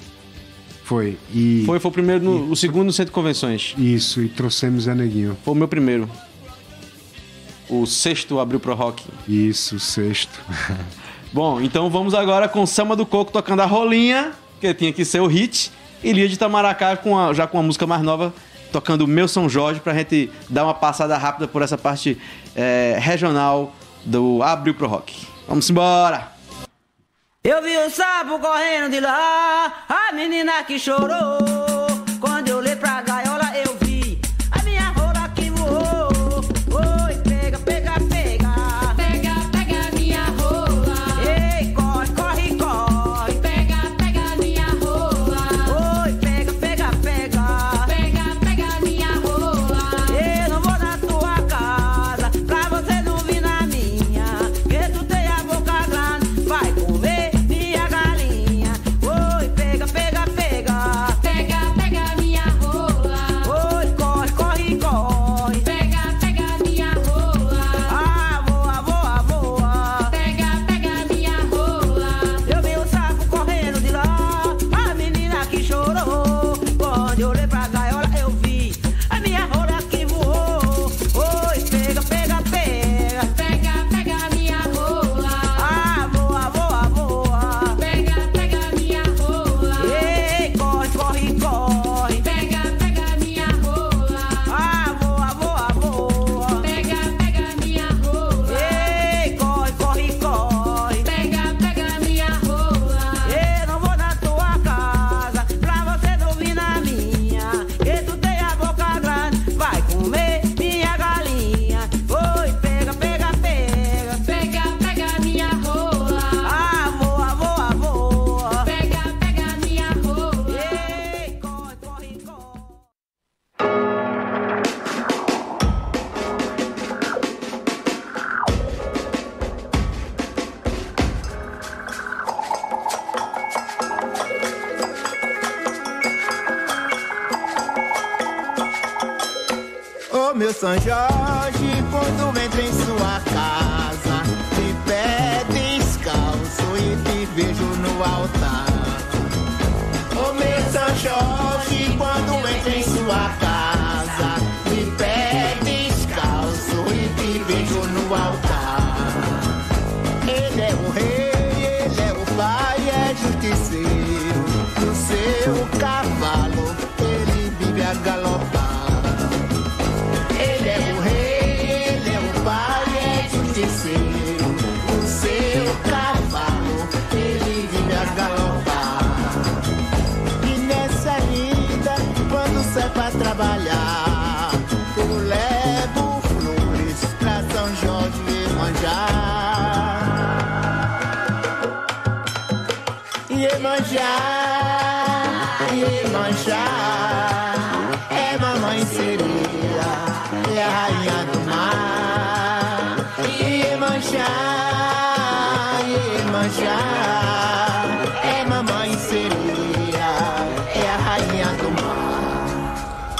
Foi. E foi, foi o primeiro, no- o segundo no Centro de Convenções. isso, e trouxemos Zé Neguinho. Foi o meu primeiro. O sexto Abril pro Rock. Isso, o sexto. Bom, então vamos agora com Selma do Coco tocando a rolinha, que tinha que ser o hit, e Lia de Itamaracá com a- já com a música mais nova, tocando Meu São Jorge, pra gente dar uma passada rápida por essa parte é, regional do Abril pro Rock. Vamos embora! Eu vi o sapo correndo de lá, a menina que chorou. Quando eu olhei pra gaiola, eu vi a minha rola que voou. Oi, pega, pega, pega. Pega, pega minha rola. Ei, corre, corre, corre. Pega, pega minha rola. Oi, pega, pega, pega. Pega, pega minha rola. Eu não vou na tua casa, pra você não vir na minha. Que tu tem a boca grande, vai comer minha galinha. Oi, pega, pega, pega. Pega, pega minha rola. Oi, corre, corre, corre. Pega, pega minha rola. Ah, voa, voa, voa. Pega, pega minha rola. Eu vi o sapo correndo de lá, a menina que chorou. Quando eu olhei pra gaiola, eu vi a minha rola que voou. Oi, pega, pega, pega. Pega, pega minha rola. Ah, voa, voa, voa. Pega, pega minha rola. Ei, corre, corre, corre. Pega, pega minha rola. Ah, voa, voa, voa. Pega, pega minha rola. Ei, corre, corre, corre. Pega, pega minha rola. Eu não vou na tua casa, pra você não vir na minha. Que tu tem a boca grande, vai comer minha galinha. Oi, pega, pega, pega. Pega, pega minha rola. Ah, voa, voa, voa. Pega, pega minha rola. Ei, corre, corre, corre. Ô meu São Jorge, quando entro em sua casa, de pé descalço e te vejo no altar. Ô meu São Jorge, quando entro em sua casa, de pé descalço e te vejo no altar. Ele é o rei, ele é o pai, é justiceiro. No seu cavalo, ele vive a galopar. Ele é o rei, ele é o pai, é justiceiro. O seu cavalo, ele vive a galopar. E nessa vida, quando sai pra trabalhar, eu levo flores pra São Jorge Iemanjá. Iemanjá, Iemanjá, é mamãe sereia, é a rainha do mar. Iemanjá, Iemanjá, é mamãe sereia, é a rainha do mar.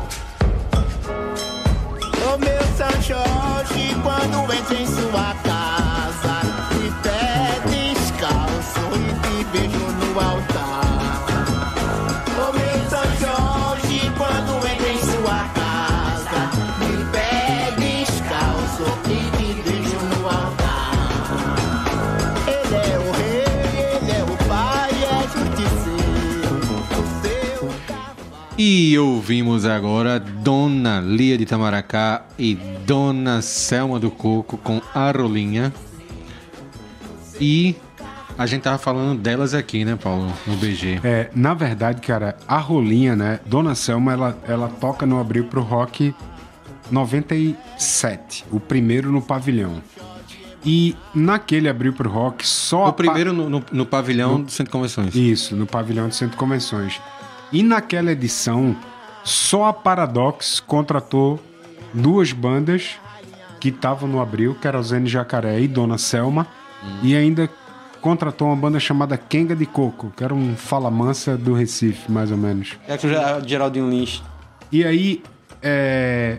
Ô meu São Jorge, quando entra em sua casa, de pé descalço e te beijo no altar. Ô meu São Jorge, E ouvimos agora Dona Lia de Itamaracá e Dona Selma do Coco com A Rolinha. E a gente tava falando delas aqui, né, Paulo, no B G. É, na verdade, cara, a Rolinha, né, Dona Selma, ela, ela toca no Abril pro Rock noventa e sete, o primeiro no pavilhão. E naquele Abril pro Rock só... O primeiro pa... no, no, no pavilhão no... do Centro de Convenções. Isso, no pavilhão do Centro de Convenções. E naquela edição, só a Paradox contratou duas bandas que estavam no Abril, que era o Zene Jacaré e Dona Selma, hum. e ainda contratou uma banda chamada Kenga de Coco, que era um fala mansa do Recife, mais ou menos. É que o Geraldinho Lins. E aí, é...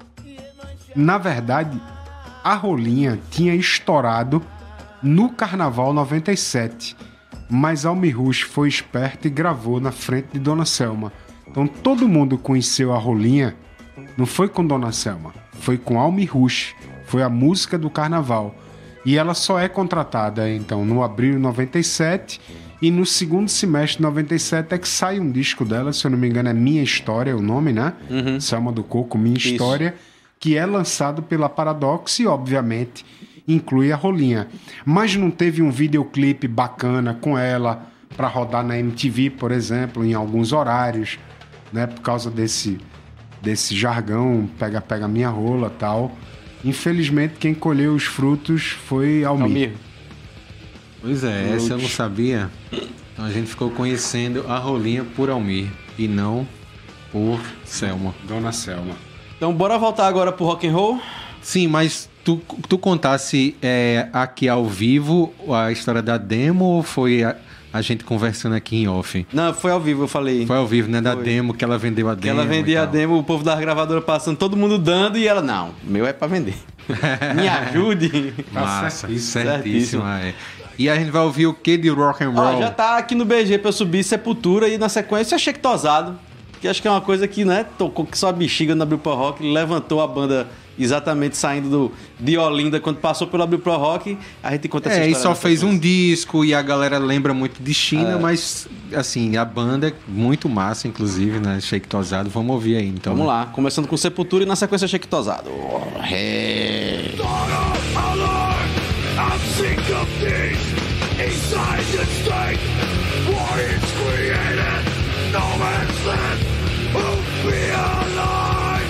na verdade, a Rolinha tinha estourado no Carnaval noventa e sete, mas Almi Rush foi esperto e gravou na frente de Dona Selma. Então todo mundo conheceu a Rolinha, não foi com Dona Selma, foi com Almi Rush, foi a música do Carnaval. E ela só é contratada, então, no abril de noventa e sete, e no segundo semestre de noventa e sete é que sai um disco dela, se eu não me engano é Minha História, o nome, né? Uhum. Selma do Coco, Minha Isso. História, que é lançado pela Paradox e, obviamente, inclui a Rolinha. Mas não teve um videoclipe bacana com ela para rodar na M T V, por exemplo, em alguns horários, né? Por causa desse, desse jargão, pega, pega minha rola e tal. Infelizmente, quem colheu os frutos foi Almir. Almir. Pois é, essa eu não sabia. Então a gente ficou conhecendo a Rolinha por Almir e não por Selma. Dona Selma. Então bora voltar agora pro rock and roll? Sim, mas tu, tu contasse é, aqui ao vivo a história da demo ou foi a, a gente conversando aqui em off? Não, foi ao vivo, eu falei. Foi ao vivo, né? Da foi. demo, que ela vendeu a demo. Que ela vendia a demo, o povo da gravadora passando, todo mundo dando e ela, não, meu é pra vender. Me ajude. Massa, certíssimo. certíssimo. É. E a gente vai ouvir o que de rock and roll? Ó, já tá aqui no B G pra eu subir Sepultura e na sequência Cheque Tosado. Que acho que é uma coisa que, né, tocou que só a bexiga no Abril Pro Rock, levantou a banda exatamente saindo do, de Olinda, quando passou pelo Abril Pro Rock, a gente conta essa é, história. É, e só fez um disco e a galera lembra muito de China, é. mas, assim, a banda é muito massa, inclusive, né, Cheque Tosado. Vamos ouvir aí, então. Vamos lá, começando com Sepultura e na sequência Cheque Tosado. Oh, hey. No man's land, who'll be alive?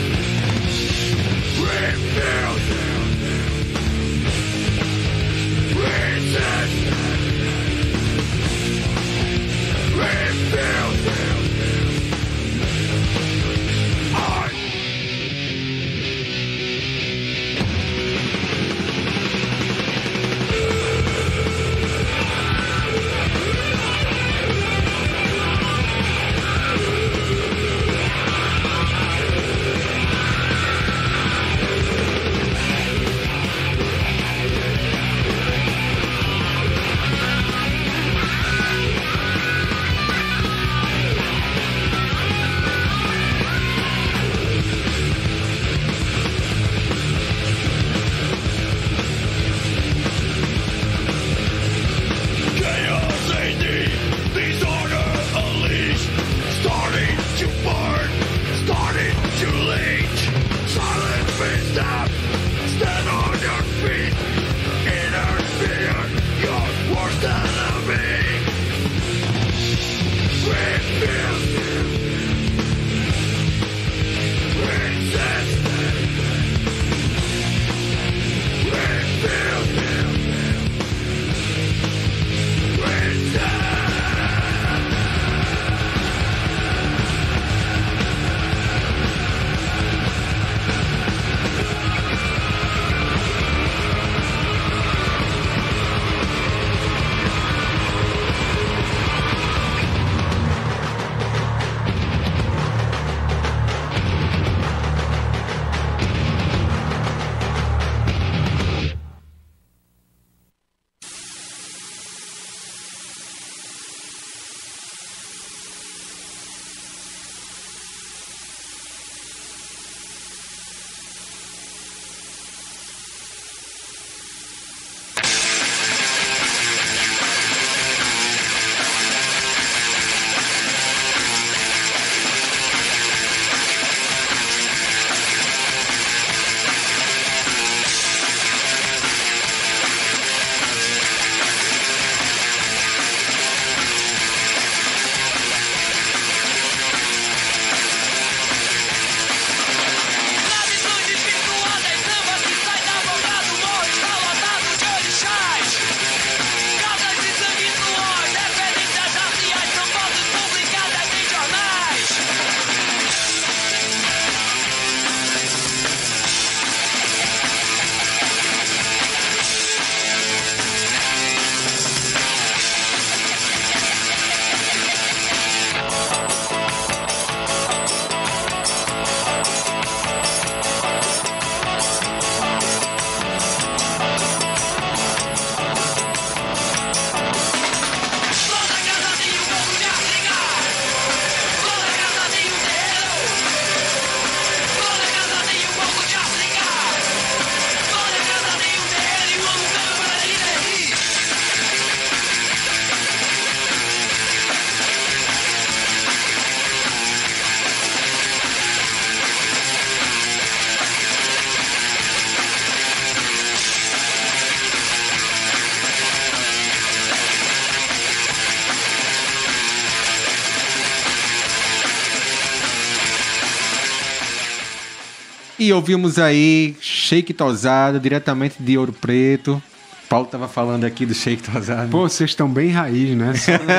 Rebuild, resist, rebuild. I. E ouvimos aí Shake Tosado, diretamente de Ouro Preto. Paulo tava falando aqui do Shake Tosado. Pô, vocês estão bem raiz, né?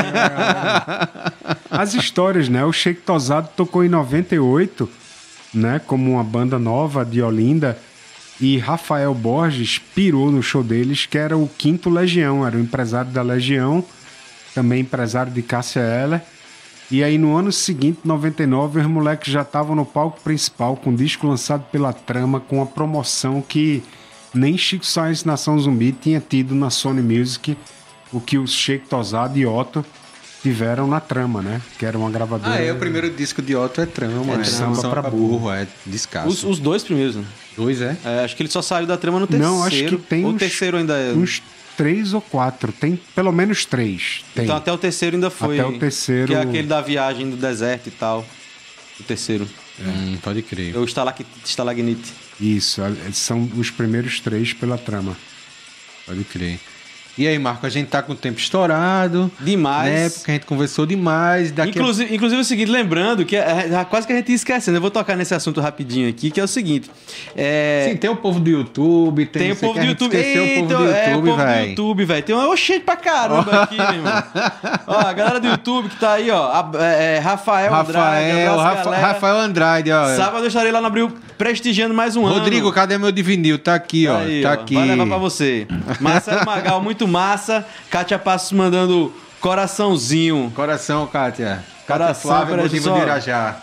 As histórias, né? O Shake Tosado tocou em noventa e oito, né? Como uma banda nova de Olinda. E Rafael Borges pirou no show deles, que era o Quinto Legião. Era o empresário da Legião, também empresário de Cássia Eller. E aí no ano seguinte, noventa e nove, os moleques já estavam no palco principal, com um disco lançado pela Trama, com uma promoção que nem Chico Science Nação Zumbi tinha tido na Sony Music, o que os Shake Tosado e Otto tiveram na Trama, né? Que era uma gravadora... Ah, é, o primeiro disco de Otto é Trama, É, é, Samba Samba pra pra Burro. Burro, é descasso. Os, os dois primeiros, né? Dois, é? É, acho que ele só saiu da Trama no terceiro. Não, acho que tem Ou o uns- terceiro ainda é... Uns três ou quatro. Tem pelo menos três. Tem. Então até o terceiro ainda foi... Até o terceiro- Que é aquele da viagem do deserto e tal. O terceiro. Hum, pode crer. É o Stalag- Stalagnite. Isso, a- são os primeiros três pela Trama. Pode crer. E aí, Marco, a gente tá com o tempo estourado. Demais. Né? Porque a gente conversou demais. Daqui a- Inclusive, inclusive é o seguinte, lembrando que é, é, quase que a gente ia esquecendo. Eu vou tocar nesse assunto rapidinho aqui, que é o seguinte. É... Sim, tem o povo do YouTube, tem, Tem o não sei povo que, do a gente YouTube. esqueceu o povo Eita, do é, o YouTube, povo do velho. YouTube, velho. Tem uma oxente pra caramba aqui, meu irmão. Ó, a galera do YouTube que tá aí, ó. a- é, Rafael Andrade. Rafael, abraço, Rafa- galera. Rafael Andrade, ó. Sábado eu estarei lá no Abril prestigiando mais um ano. Rodrigo, cadê meu de vinil? Tá aqui, ó. Aí, tá ó, aqui. Vai levar pra você. Marcelo Magal, muito massa. Kátia Passos mandando coraçãozinho. Coração, Kátia. Kátia Coração, Flávia, peraí, motivo só- de Irajá.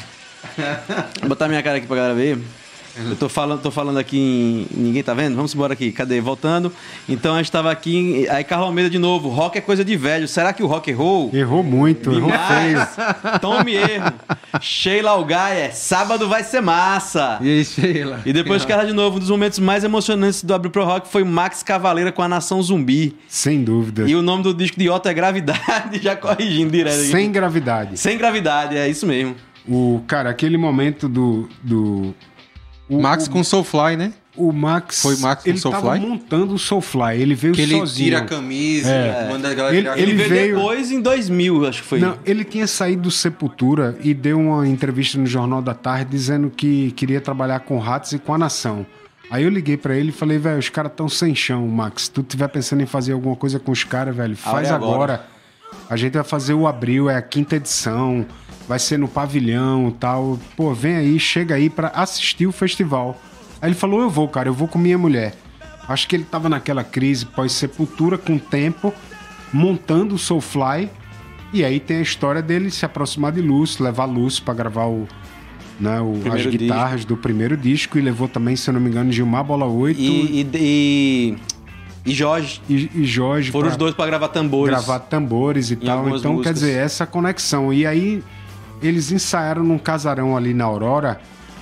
Vou botar minha cara aqui pra galera ver. Eu tô falando, tô falando aqui em... Ninguém tá vendo? Vamos embora aqui. Cadê? Voltando. Então a gente tava aqui... em- Aí Carlos Almeida de novo. Rock é coisa de velho. Será que o rock errou? Errou muito, errou feio. Tome erro. Sheila Algaia. Sábado vai ser massa. E aí, Sheila? E depois que ela de novo, um dos momentos mais emocionantes do Abril Pro Rock foi Max Cavaleira com a Nação Zumbi. Sem dúvida. E o nome do disco de Otto é Gravidade. Já corrigindo direto aqui. Sem gravidade. Sem gravidade, é isso mesmo. O, cara, aquele momento do... do o, Max o, com Soulfly, né? O Max... Foi Max com ele tava Soulfly? montando o Soulfly. Ele veio Que ele sozinho. tira a camisa, É. manda a galera Ele- tirar a ele Ele camisa. veio veio- depois em dois mil, acho que foi. Não, ele tinha saído do Sepultura e deu uma entrevista no Jornal da Tarde dizendo que queria trabalhar com Ratos e com a Nação. Aí eu liguei pra ele e falei, velho, os caras tão sem chão, Max. Se tu tiver pensando em fazer alguma coisa com os caras, velho, faz é agora. agora. A gente vai fazer o Abril, é a quinta edição, vai ser no pavilhão e tal. Pô, vem aí, chega aí pra assistir o festival. Aí ele falou, eu vou, cara, eu vou com minha mulher. Acho que ele tava naquela crise pós-Sepultura, com tempo, montando o Soulfly. E aí tem a história dele se aproximar de Lúcio, levar Lúcio pra gravar o, né, o, as Primeiro guitarras do primeiro disco. E levou também, se eu não me engano, Gilmar Bola oito E, e, e, e Jorge. e, e Jorge. Foram pra os dois pra gravar tambores. gravar tambores e tal. algumas Então, quer músicas. dizer, essa conexão. E aí eles ensaiaram num casarão ali na Aurora.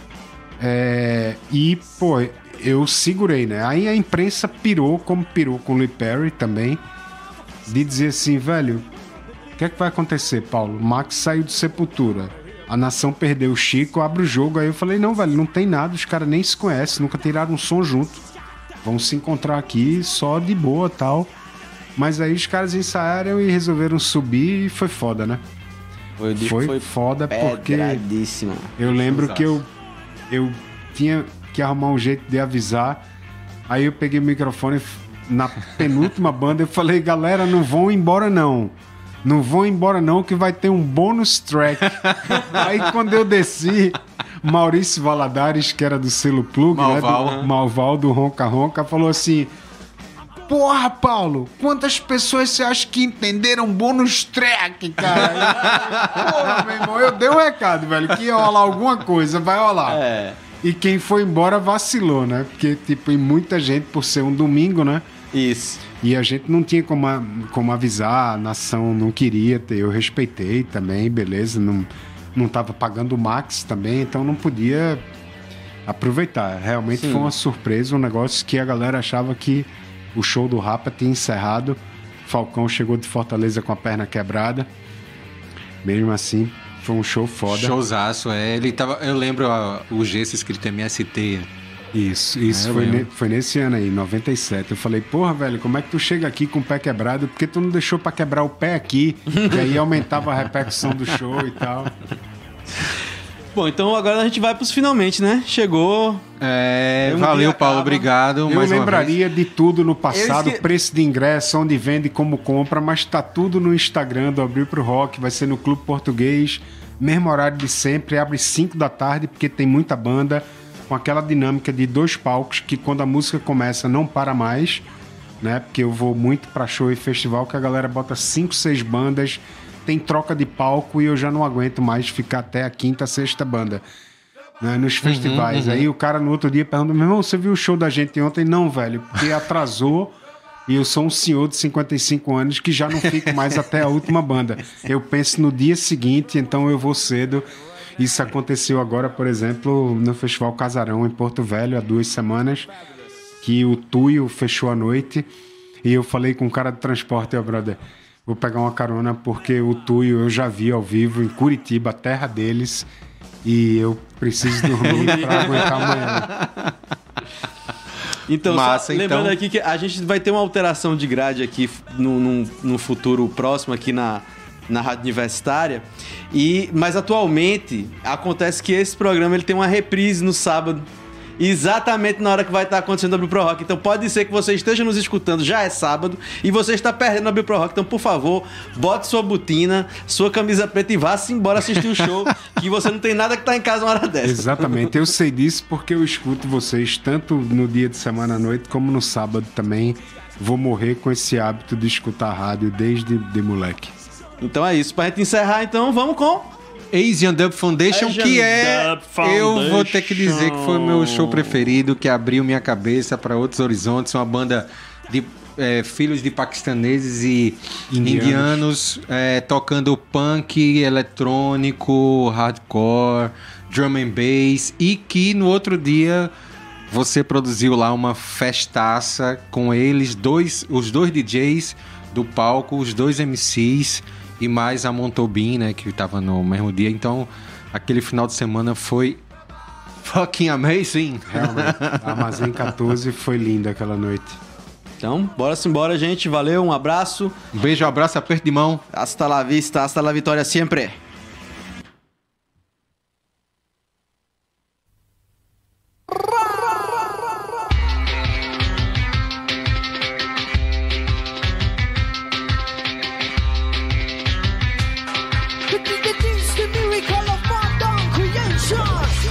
É, e, pô, eu segurei, né? Aí a imprensa pirou, como pirou com o Lee Perry também, de dizer assim, velho, o que é que vai acontecer, Paulo? Max saiu de Sepultura, a Nação perdeu o Chico, abre o jogo. Aí eu falei, não, velho, não tem nada, os caras nem se conhecem, nunca tiraram um som junto. Vão se encontrar aqui só de boa tal. Mas aí os caras ensaiaram e resolveram subir e foi foda, né? Foi, o disco Foi, foi foda porque pedradíssimo. eu lembro que eu, eu tinha que arrumar um jeito de avisar. Aí eu peguei o microfone na penúltima banda e falei, galera, não vão embora não. Não vão embora não, que vai ter um bônus track. Aí quando eu desci, Maurício Valadares, que era do selo Plug, Malval. né, do Malval, do Ronca Ronca, falou assim... Porra, Paulo, quantas pessoas você acha que entenderam bônus track, cara? Porra, meu irmão, eu dei um recado, velho, que ia rolar alguma coisa, vai rolar. É. E quem foi embora vacilou, né? Porque, tipo, e muita gente, por ser um domingo, né? Isso. E a gente não tinha como, a- como avisar, a nação não queria ter, eu respeitei também, beleza, não, não tava pagando o Max também, então não podia aproveitar. Realmente Sim. foi uma surpresa, um negócio que a galera achava que o show do Rapa tinha encerrado. Falcão chegou de Fortaleza com a perna quebrada. Mesmo assim, foi um show foda. Showzaço, é. Ele tava, eu lembro ó, o gesso escrito M S T. Isso, isso É, eu foi, lembro. ne- foi nesse ano aí, noventa e sete. Eu falei, porra, velho, como é que tu chega aqui com o pé quebrado? Porque tu não deixou pra quebrar o pé aqui, que aí aumentava a repercussão do show e tal. Bom, então agora a gente vai pros finalmente, né? Chegou. É, Um valeu, dia Paulo, acaba. obrigado. Eu mais uma lembraria de tudo no passado, Eu esque- preço de ingresso, onde vende, como compra, mas tá tudo no Instagram do Abril pro Rock, vai ser no Clube Português, mesmo horário de sempre, abre cinco da tarde, porque tem muita banda, com aquela dinâmica de dois palcos, que quando a música começa não para mais, né? Porque eu vou muito pra show e festival, que a galera bota cinco, seis bandas, tem troca de palco e eu já não aguento mais ficar até a quinta, sexta banda. Né, nos festivais. uhum. Aí o cara no outro dia pergunta: meu irmão, você viu o show da gente ontem? Não, velho, porque atrasou e eu sou um senhor de cinquenta e cinco anos que já não fico mais até a última banda. Eu penso no dia seguinte, então eu vou cedo. Isso aconteceu agora, por exemplo, no Festival Casarão em Porto Velho, há duas semanas, que o Tuyo fechou a noite e eu falei com um cara de transporte: ó, brother, vou pegar uma carona porque o Tuyo eu já vi ao vivo em Curitiba, a terra deles, e eu preciso dormir pra aguentar amanhã. Então, Massa, só lembrando então. aqui que a gente vai ter uma alteração de grade aqui no, no, no futuro próximo aqui na, na Rádio Universitária. E, mas atualmente acontece que esse programa ele tem uma reprise no sábado, exatamente na hora que vai estar acontecendo o Abril Pro Rock. Então pode ser que você esteja nos escutando, já é sábado, e você está perdendo o Abril Pro Rock. Então, por favor, bote sua botina, sua camisa preta e vá-se embora assistir o show, que você não tem nada que tá em casa uma hora dessa. Exatamente, eu sei disso porque eu escuto vocês tanto no dia de semana à noite como no sábado também. Vou morrer com esse hábito de escutar rádio desde de moleque. Então é isso. Pra gente encerrar, então, vamos com... Asian Dub Foundation, Asian que é, Dub Foundation. eu vou ter que dizer que foi o meu show preferido, que abriu minha cabeça para outros horizontes. Uma banda de é, filhos de paquistaneses e Indianos. indianos, é, tocando punk, eletrônico, hardcore, drum and bass, e que no outro dia você produziu lá uma festaça com eles, dois, os dois D Js do palco, os dois M Cs e mais a Montobin, né, que tava no mesmo dia. Então, aquele final de semana foi fucking amazing. Realmente, a Armazém quatorze foi linda aquela noite. Então, bora-se embora, gente. Valeu, um abraço. Um beijo, um abraço, aperto de mão. Hasta la vista, hasta la vitória sempre. The miracle of modern creation.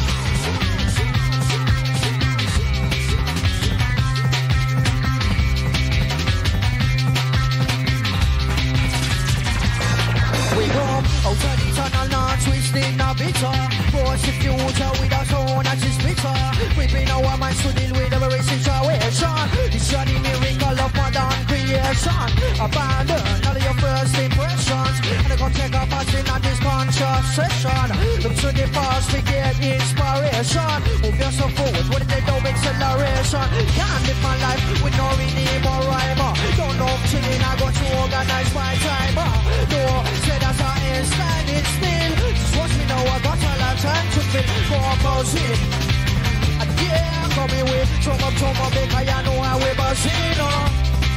We come out of the tunnel, not twisting a bitter. Force the future with our soul, that is bitter. Whipping our minds to deal with every situation. It's a miracle of modern creation. Abandon all of your first impressions. And I gonna take a pass in on this conscious session. Look to the past, we get inspiration. Move yourself forward, what did they do? Acceleration. Can't live my life with no redeem or rhyme. Don't know chilling, I got to organize my time. No, say that's how it's standing still. Just watch me now, I got a lot of time to fill for buzzing. And yeah, coming with drum up, drum up, because I know how we buzzing up.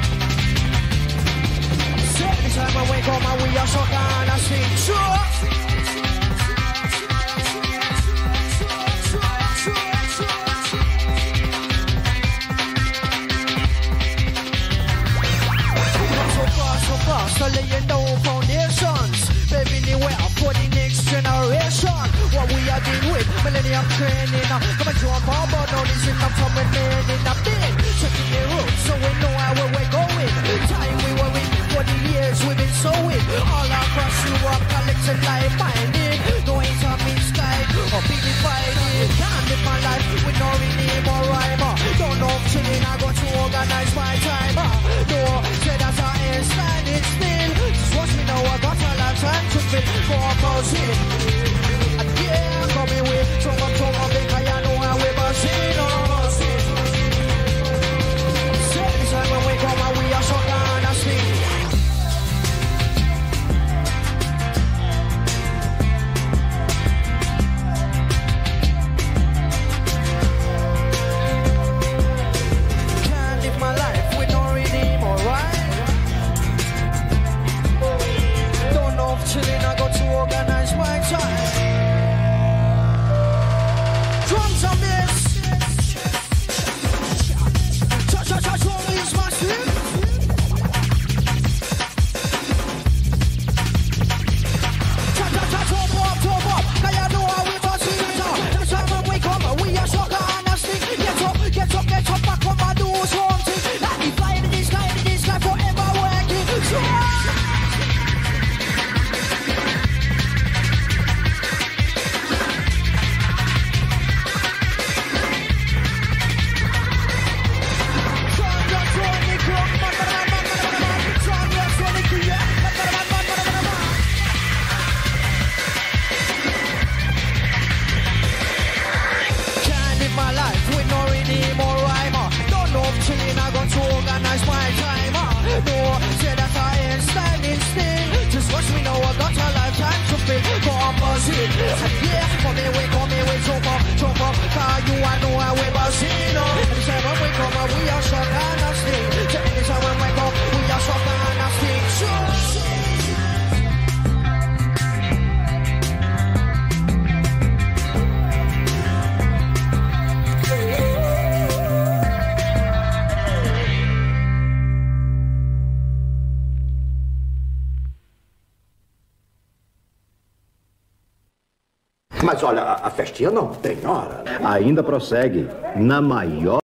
Every time I wake up, we are so gonna sing true. So fast, so fast, so laying down foundations. Paving the way up for the next generation. What we are dealing with, millennium training. Come and jump on board, now listen up from a man in a bed. Checking the route, so we know how we're going. Time we were in, for the years we've been sowing. All across Europe, collecting life minded. No intermittent sky, or be divided. Can't live my life with no rename or rhyme. Don't know if chilling, I got to organize my time. No, say that's how it's standing still. Just watch me now, I got a lot of time to fill for buzzing. And yeah, coming with drum up, drum up, because I know how we buzzing. Every time when we come out, we are so gonna sing. Can't live my life with casino. Anytime when we come out, we are so kind of sting. So anytime when we go, we are so kind of sting. So Mas olha, a festinha não tem hora. Ainda prossegue na maior